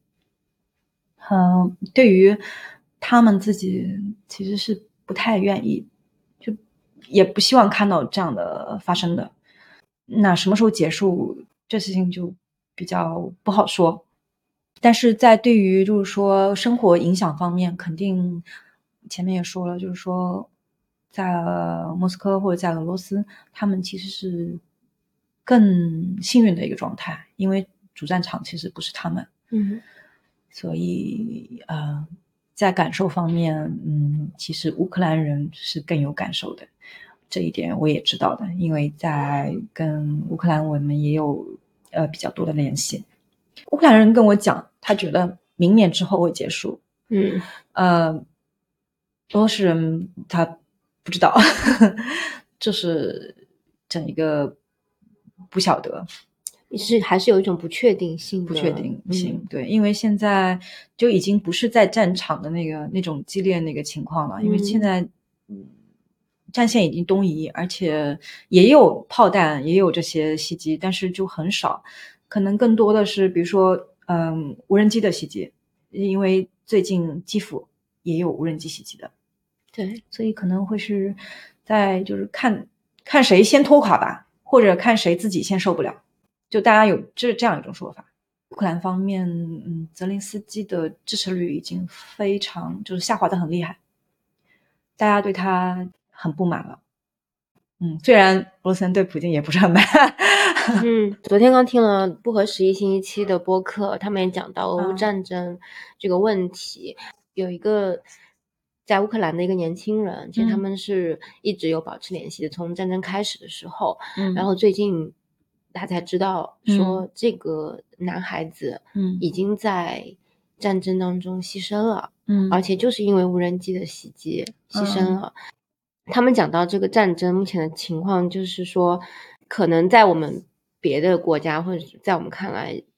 对于他们自己其实是不太愿意，就也不希望看到这样的发生的。那什么时候结束，这事情就比较不好说。但是在对于就是说生活影响方面，肯定前面也说了，就是说在莫斯科或者在俄罗斯，他们其实是更幸运的一个状态，因为主战场其实不是他们。所以在感受方面，其实乌克兰人是更有感受的，这一点我也知道的，因为在跟乌克兰我们也有比较多的联系。乌克兰人跟我讲，他觉得明年之后会结束。俄罗斯人他不知道，就是整一个不晓得。 还是有一种不确定性。 对，因为现在就已经不是在战场的那种激烈那个情况了，因为现在战线已经东移，而且也有炮弹，也有这些袭击，但是就很少，可能更多的是比如说无人机的袭击，因为最近基辅也有无人机袭击的。 对， 所以可能会是在就是看谁先拖垮吧，或者看谁自己先受不了。就大家有这样一种说法。乌克兰方面，泽连斯基的支持率已经非常就是下滑的很厉害，大家对他很不满了。虽然俄罗斯人对普京也不是很满。 昨天刚听了不合时宜星期7的播客，他们也讲到俄乌战争这个问题。有一个在乌克兰的一个年轻人，其实他们是一直有保持联系的，从战争开始的时候，然后最近他才知道说这个男孩子已经在战争当中牺牲了，而且就是因为无人机的袭击牺牲了。他们讲到这个战争目前的情况，就是说可能在我们别的国家或者在我们看来，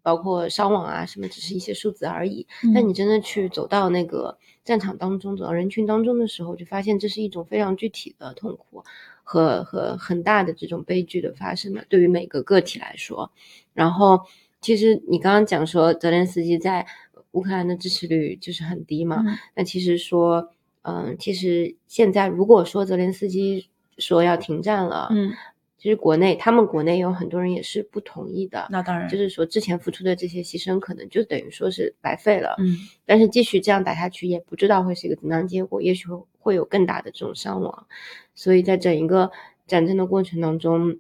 包括伤亡啊什么，只是一些数字而已。但你真的去走到那个战场当中，走到人群当中的时候，就发现这是一种非常具体的痛苦和很大的这种悲剧的发生的，对于每个个体来说。然后其实你刚刚讲说泽连斯基在乌克兰的支持率就是很低嘛，那其实说其实现在如果说泽连斯基说要停战了，其实他们国内有很多人也是不同意的。 那当然， 就是说之前付出的这些牺牲可能就等于说是白费了。但是继续这样打下去也不知道会是一个怎么样的结果，也许会有更大的这种伤亡。所以在整一个战争的过程当中，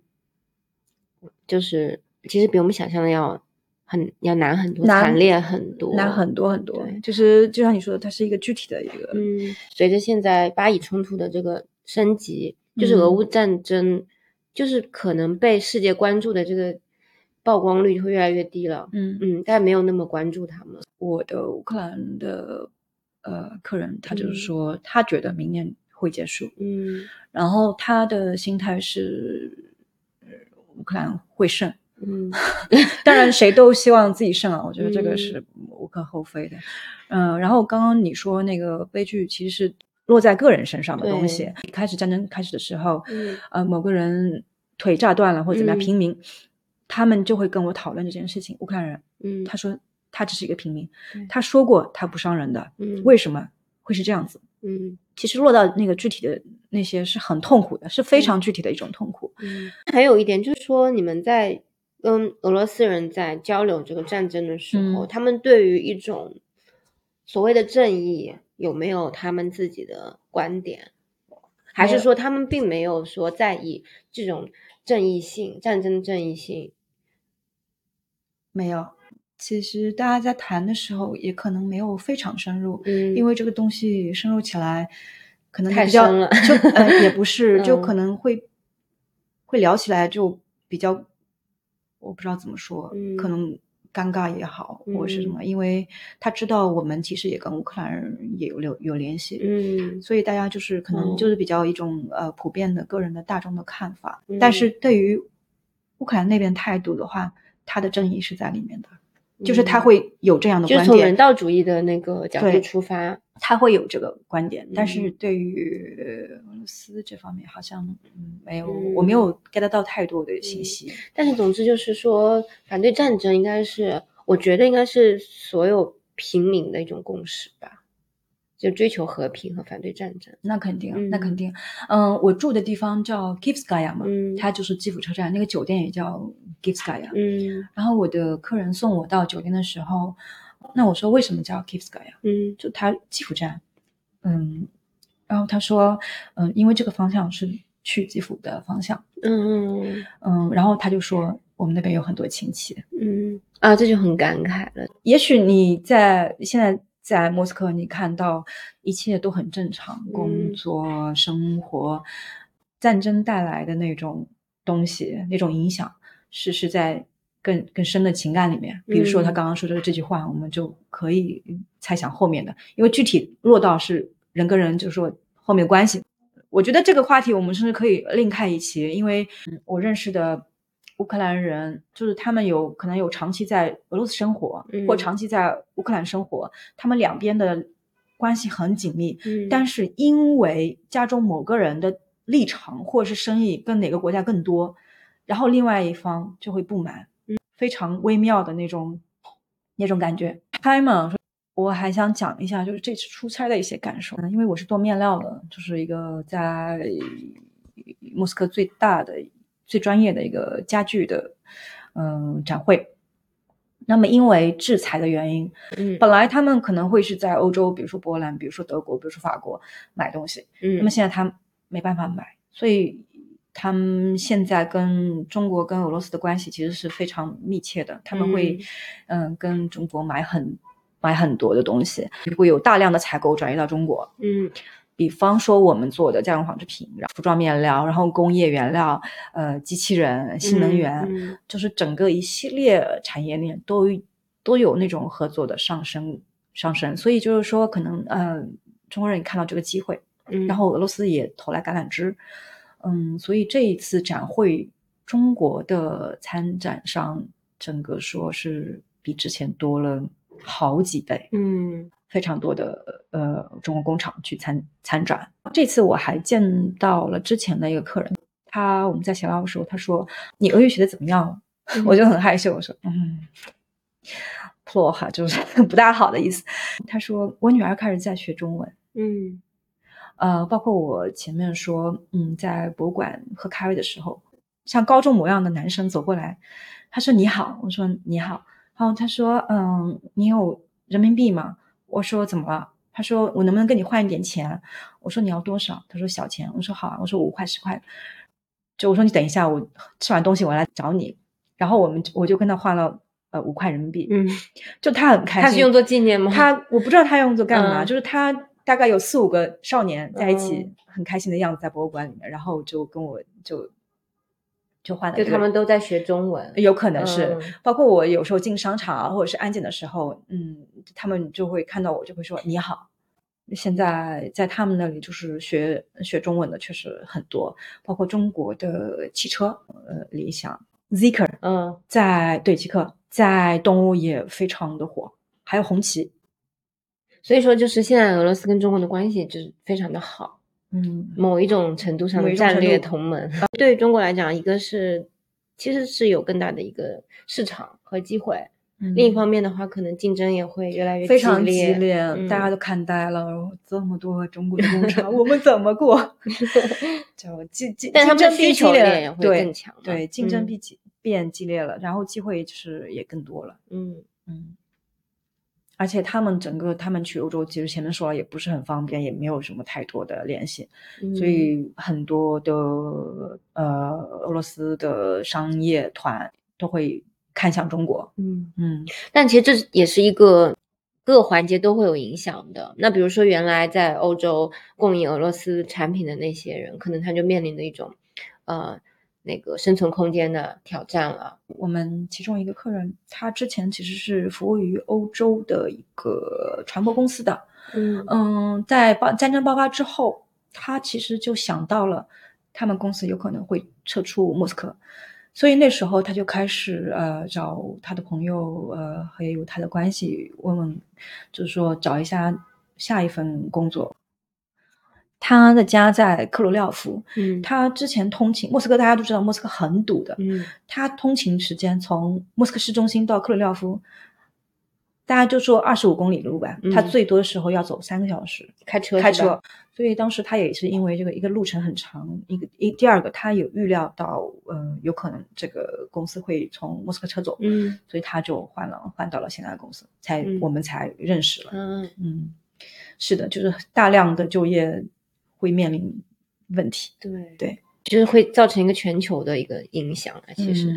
就是其实比我们想象的要难很多，惨烈很多， 难很多很多。就是就像你说的，它是一个具体的一个随着现在巴以冲突的这个升级，就是俄乌战争就是可能被世界关注的这个曝光率会越来越低了。大家没有那么关注他们。 我的乌克兰的客人他就是说他觉得明年会结束。然后他的心态是乌克兰会胜。当然谁都希望自己胜啊，我觉得这个是无可厚非的。然后刚刚你说那个悲剧其实是落在个人身上的东西。开始战争开始的时候，某个人腿炸断了或者怎么样，平民他们就会跟我讨论这件事情。乌克兰人，他说他只是一个平民，他说过他不伤人的，为什么会是这样子？其实落到那个具体的那些是很痛苦的，是非常具体的一种痛苦。 还有一点就是说，你们在跟俄罗斯人在交流这个战争的时候，他们对于一种所谓的正义有没有他们自己的观点，还是说他们并没有说在意这种正义性，战争正义性？ 没有。其实大家在谈的时候也可能没有非常深入，因为这个东西深入起来可能比较太深了也不是就可能会聊起来就比较我不知道怎么说，可能尴尬也好或者是什么，因为他知道我们其实也跟乌克兰人也有联系，所以大家就是可能就是比较一种普遍的个人的大众的看法。但是对于乌克兰那边态度的话，他的正义是在里面的，就是他会有这样的观点， 就是从人道主义的那个角度出发， 他会有这个观点。但是对于俄罗斯这方面好像没有，我没有 get 到太多的信息。 但是总之就是说，反对战争应该是，我觉得应该是所有平民的一种共识吧，就追求和平和反对战争。 那肯定，那肯定。我住的地方叫 Kivskaya 嘛，它就是基辅车站，那个酒店也叫 Kivskaya。然后我的客人送我到酒店的时候，那我说为什么叫 Kivskaya？就它基辅站。然后他说，因为这个方向是去基辅的方向。然后他就说我们那边有很多亲戚。 这就很感慨了。 也许你现在在莫斯科，你看到一切都很正常，工作、生活，战争带来的那种东西，那种影响是在更深的情感里面。比如说他刚刚说的这句话，我们就可以猜想后面的，因为具体落到是人跟人，就是说后面关系。我觉得这个话题我们甚至可以另开一期，因为我认识的乌克兰人，就是他们可能有长期在俄罗斯生活，或长期在乌克兰生活，他们两边的关系很紧密，但是因为家中某个人的立场或者是生意跟哪个国家更多，然后另外一方就会不满，非常微妙的那种感觉。Simon，我还想讲一下就是这次出差的一些感受，因为我是做面料的，就是一个在莫斯科最大的最专业的一个家具的展会。那么因为制裁的原因，本来他们可能会是在欧洲，比如说波兰，比如说德国，比如说法国买东西，那么现在他没办法买，所以他们现在跟中国跟俄罗斯的关系其实是非常密切的，他们会跟中国买很多的东西，会有大量的采购转移到中国。比方说我们做的家用纺织品，然后服装面料，然后工业原料，机器人、新能源，就是整个一系列产业链都有那种合作的上升。所以就是说可能中国人也看到这个机会，然后俄罗斯也投来橄榄枝。所以这一次展会中国的参展商整个说是比之前多了好几倍。非常多的中国工厂去参展。这次我还见到了之前的一个客人，我们在闲聊的时候，他说你俄语学的怎么样了？我就很害羞，我说plохо，就是不大好的意思。他说我女儿开始在学中文。包括我前面说在博物馆喝咖啡的时候，像高中模样的男生走过来，他说你好，我说你好，然后他说你有人民币吗？我说怎么了？他说我能不能跟你换一点钱？我说你要多少？他说小钱。我说好啊，我说5块10块。我说你等一下，我吃完东西我来找你。然后我就跟他换了5块人民币。就他很开心。 他是用作纪念吗？ 我不知道他用作干嘛，就是他大概有4、5个少年在一起，很开心的样子在博物馆里面，然后就跟我就换了， 就他们都在学中文， 有可能是，包括我有时候进商场或者是安检的时候，他们就会看到我，就会说你好。现在在他们那里就是学中文的确实很多，包括中国的汽车，理想 Zeekr， 极客在东欧也非常的火，还有红旗。 所以说就是现在俄罗斯跟中国的关系就是非常的好。某一种程度上的战略同盟。对于中国来讲，一个是其实是有更大的一个市场和机会，另一方面的话可能竞争也会越来越非常激烈，大家都看呆了，这么多中国的工厂我们怎么过？ 但他们的需求链也会更强， 对，竞争变激烈了，然后机会就是也更多了。而且他们去欧洲，其实前面说了也不是很方便，也没有什么太多的联系，所以很多的俄罗斯的商业团都会看向中国。 但其实这也是一个各个环节都会有影响的。那比如说原来在欧洲供应俄罗斯产品的那些人，可能他就面临的一种那个生存空间的挑战了。 我们其中一个客人，他之前其实是服务于欧洲的一个船舶公司的。在战争爆发之后，他其实就想到了他们公司有可能会撤出莫斯科，所以那时候他就开始找他的朋友还有他的关系，问问就是说找一下下一份工作。他的家在克罗廖夫，他之前通勤莫斯科，大家都知道莫斯科很堵的，他通勤时间从莫斯科市中心到克罗廖夫，大家就说25公里路吧，他最多的时候要走3个小时开车，所以当时他也是因为这个一个路程很长，第二个他有预料到有可能这个公司会从莫斯科撤走，所以他就换到了现在的公司，我们才认识了。是的，就是大量的就业会面临问题。对， 就是会造成一个全球的一个影响。其实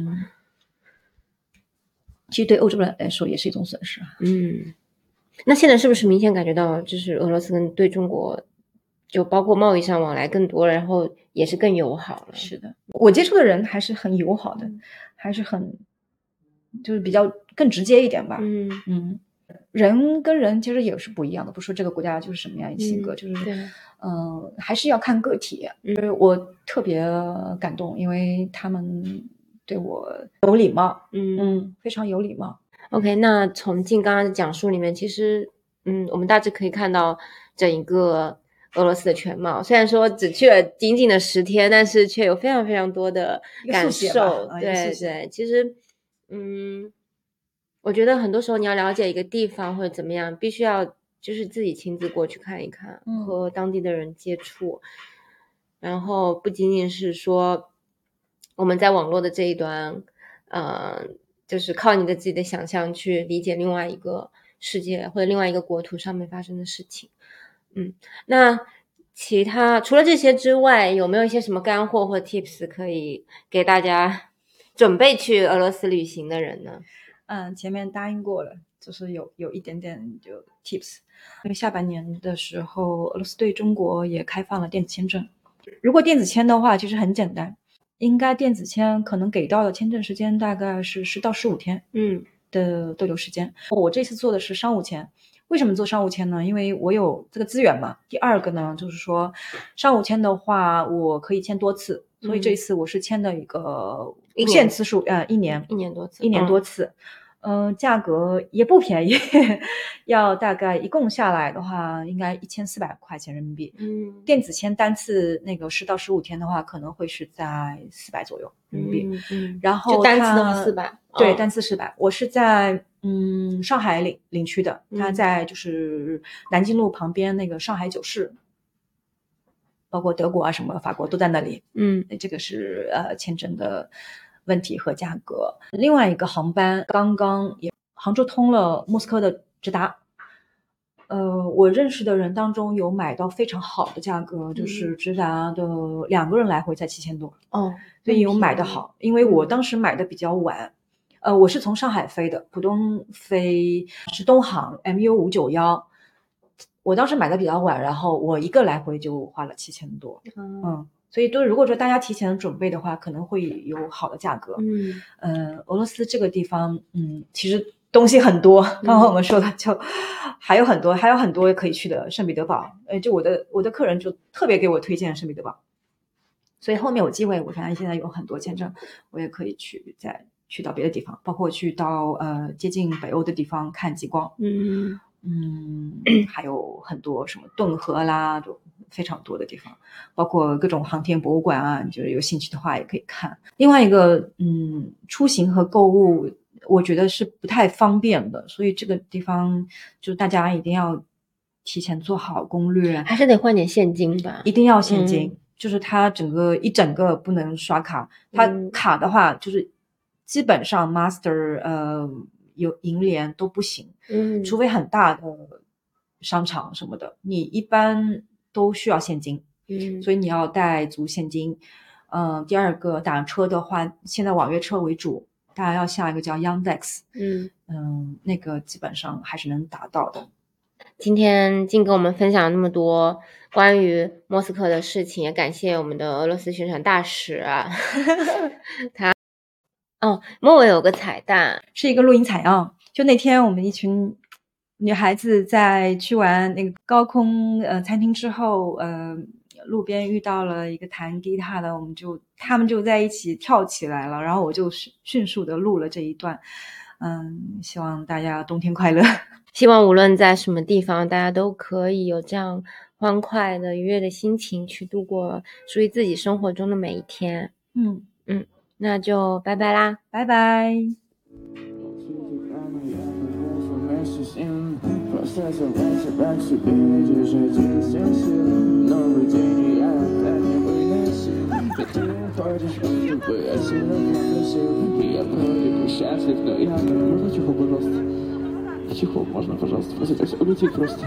对欧洲人来说也是一种损失。 那现在是不是明显感觉到就是俄罗斯跟对中国就包括贸易上往来更多了，然后也是更友好了？ 是的，我接触的人还是很友好的，还是很就是比较更直接一点吧。人跟人其实也是不一样的，不说这个国家就是什么样的性格，就是还是要看个体。我特别感动，因为他们对我有礼貌，非常有礼貌。 OK， 那从静刚刚的讲述里面，其实我们大致可以看到整一个俄罗斯的全貌。虽然说只去了仅仅的10天，但是却有非常非常多的感受。对，其实我觉得很多时候你要了解一个地方或者怎么样，必须要就是自己亲自过去看一看，和当地的人接触，然后不仅仅是说我们在网络的这一端就是靠你的自己的想象去理解另外一个世界或者另外一个国土上面发生的事情。那其他除了这些之外，有没有一些什么干货或 tips 可以给大家准备去俄罗斯旅行的人呢？ 前面答应过了，就是有一点点就 tips。因为下半年的时候，俄罗斯对中国也开放了电子签证。如果电子签的话，其实很简单，应该电子签可能给到的签证时间大概是10到15天的逗留时间。我这次做的是商务签。为什么做商务签呢？因为我有这个资源嘛。第二个呢，就是说商务签的话，我可以签多次，所以这次我是签的一个无限次数，1年多次。 价格也不便宜，要大概一共下来的话，应该1400块钱人民币。电子签单次那个10到15天的话，可能会是在400左右人民币。然后就单次的话400， 对，单次400。我是在上海领区的，它在就是南京路旁边那个上海9市。包括德国啊什么法国都在那里。这个是签证的问题和价格。另外一个航班刚刚也杭州通了莫斯科的直达，我认识的人当中有买到非常好的价格，就是直达的2个人来回才7000多。所以有买的好，因为我当时买的比较晚。我是从上海飞的，浦东飞是东航 MU591。我当时买的比较晚，然后我一个来回就花了7000多。所以如果说大家提前准备的话，可能会有好的价格。俄罗斯这个地方，其实东西很多，刚刚我们说的就还有很多可以去的。圣彼得堡，就我的客人就特别给我推荐圣彼得堡，所以后面有机会，我发现现在有很多签证，我也可以再去到别的地方，包括去到接近北欧的地方看极光。还有很多什么顿河啦，就非常多的地方，包括各种航天博物馆啊，就是有兴趣的话也可以看。另外一个出行和购物我觉得是不太方便的，所以这个地方就大家一定要提前做好攻略， 还是得换点现金吧， 一定要现金。就是它一整个不能刷卡，它卡的话就是基本上 Master 有银联都不行，除非很大的商场什么的，你一般都需要现金。所以你要带足现金。第二个打车的话，现在网约车为主，大家要下一个叫 Yandex。那个基本上还是能打到的。 今天跟我们分享那么多关于莫斯科的事情，也感谢我们的俄罗斯宣传大使啊。末尾有个彩蛋， 是一个录音采样。就那天我们一群女孩子在去完那个高空餐厅之后，路边遇到了一个弹吉他的，他们就在一起跳起来了，然后我就迅速的录了这一段。希望大家冬天快乐。 希望无论在什么地方，大家都可以有这样欢快的愉悦的心情去度过属于自己生活中的每一天。那就拜拜啦， 拜拜。 Чехол, можно, пожалуйста, просто так все улетит просто.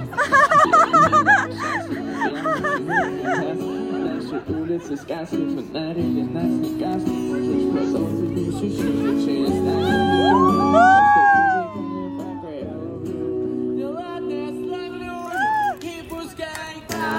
Наши улицы сказки, фонарики нас не гаснут. Можешь продолжить не чуть-чуть, через ладно, я славлю, и пускай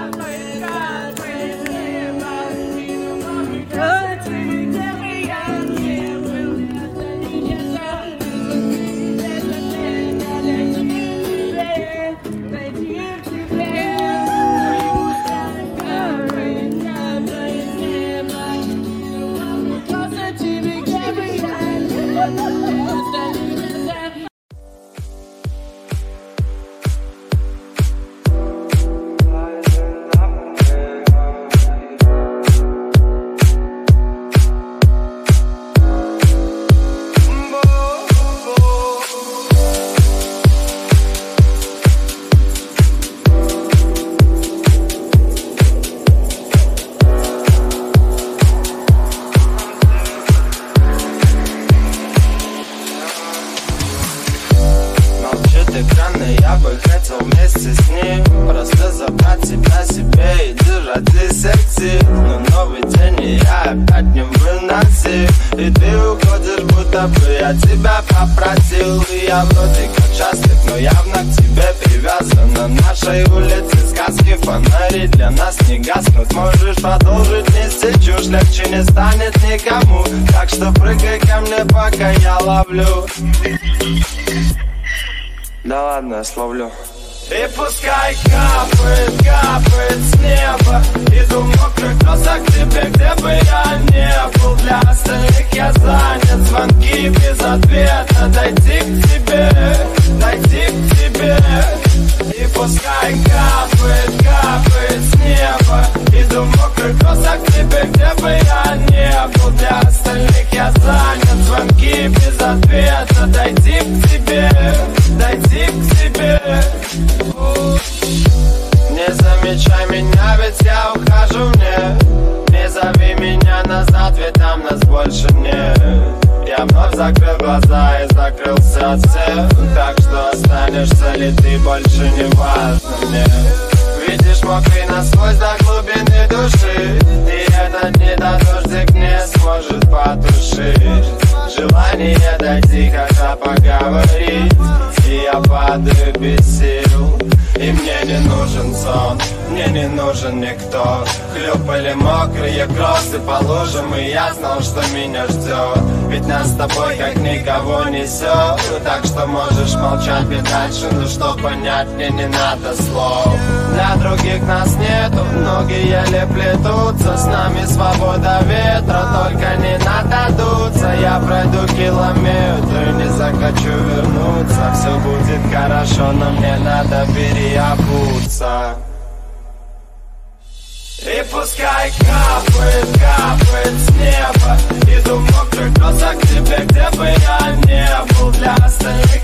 я бы хотел вместе с ним просто забрать тебя себе и держать здесь секси. Но новый день и я опять не выносил, и ты уходишь, будто бы я тебя попросил. И я вроде как счастлив, но явно к тебе привязан. На нашей улице сказки, фонари для нас не гаснут. Можешь продолжить вместе чушь, легче не станет никому. Так что прыгай ко мне, пока я ловлю. Да ладно, я словлю. И пускай капает, капает с неба из мокрых досок к тебе, где бы я не был. Для остальных я занят, звонки без ответа. Дойти к тебе зацеп. Так что останешься ли ты, больше не важно мне. Видишь, мокрый насквозь до глубины души, и этот недодождик не сможет потушить желание дойти, когда поговорить. И я падаю без сил, и мне не нужен сон, мне не нужен никто. Хлюпали мокрые кроссы по лужам, и я знал, что меня ждет. Ведь нас с тобой как никого несет. Так что можешь молчать и дальше, но что понять мне не надо слов. Для других нас нету, ноги еле плетутся. С нами свобода ветра, только не надо дуться. Я пройду километры, не захочу вернуться. Все будет хорошо, но мне надо переобуться. И пускай капает, капает с неба. Иду в мокрых кроссах к тебе, где бы я не был. Для остальных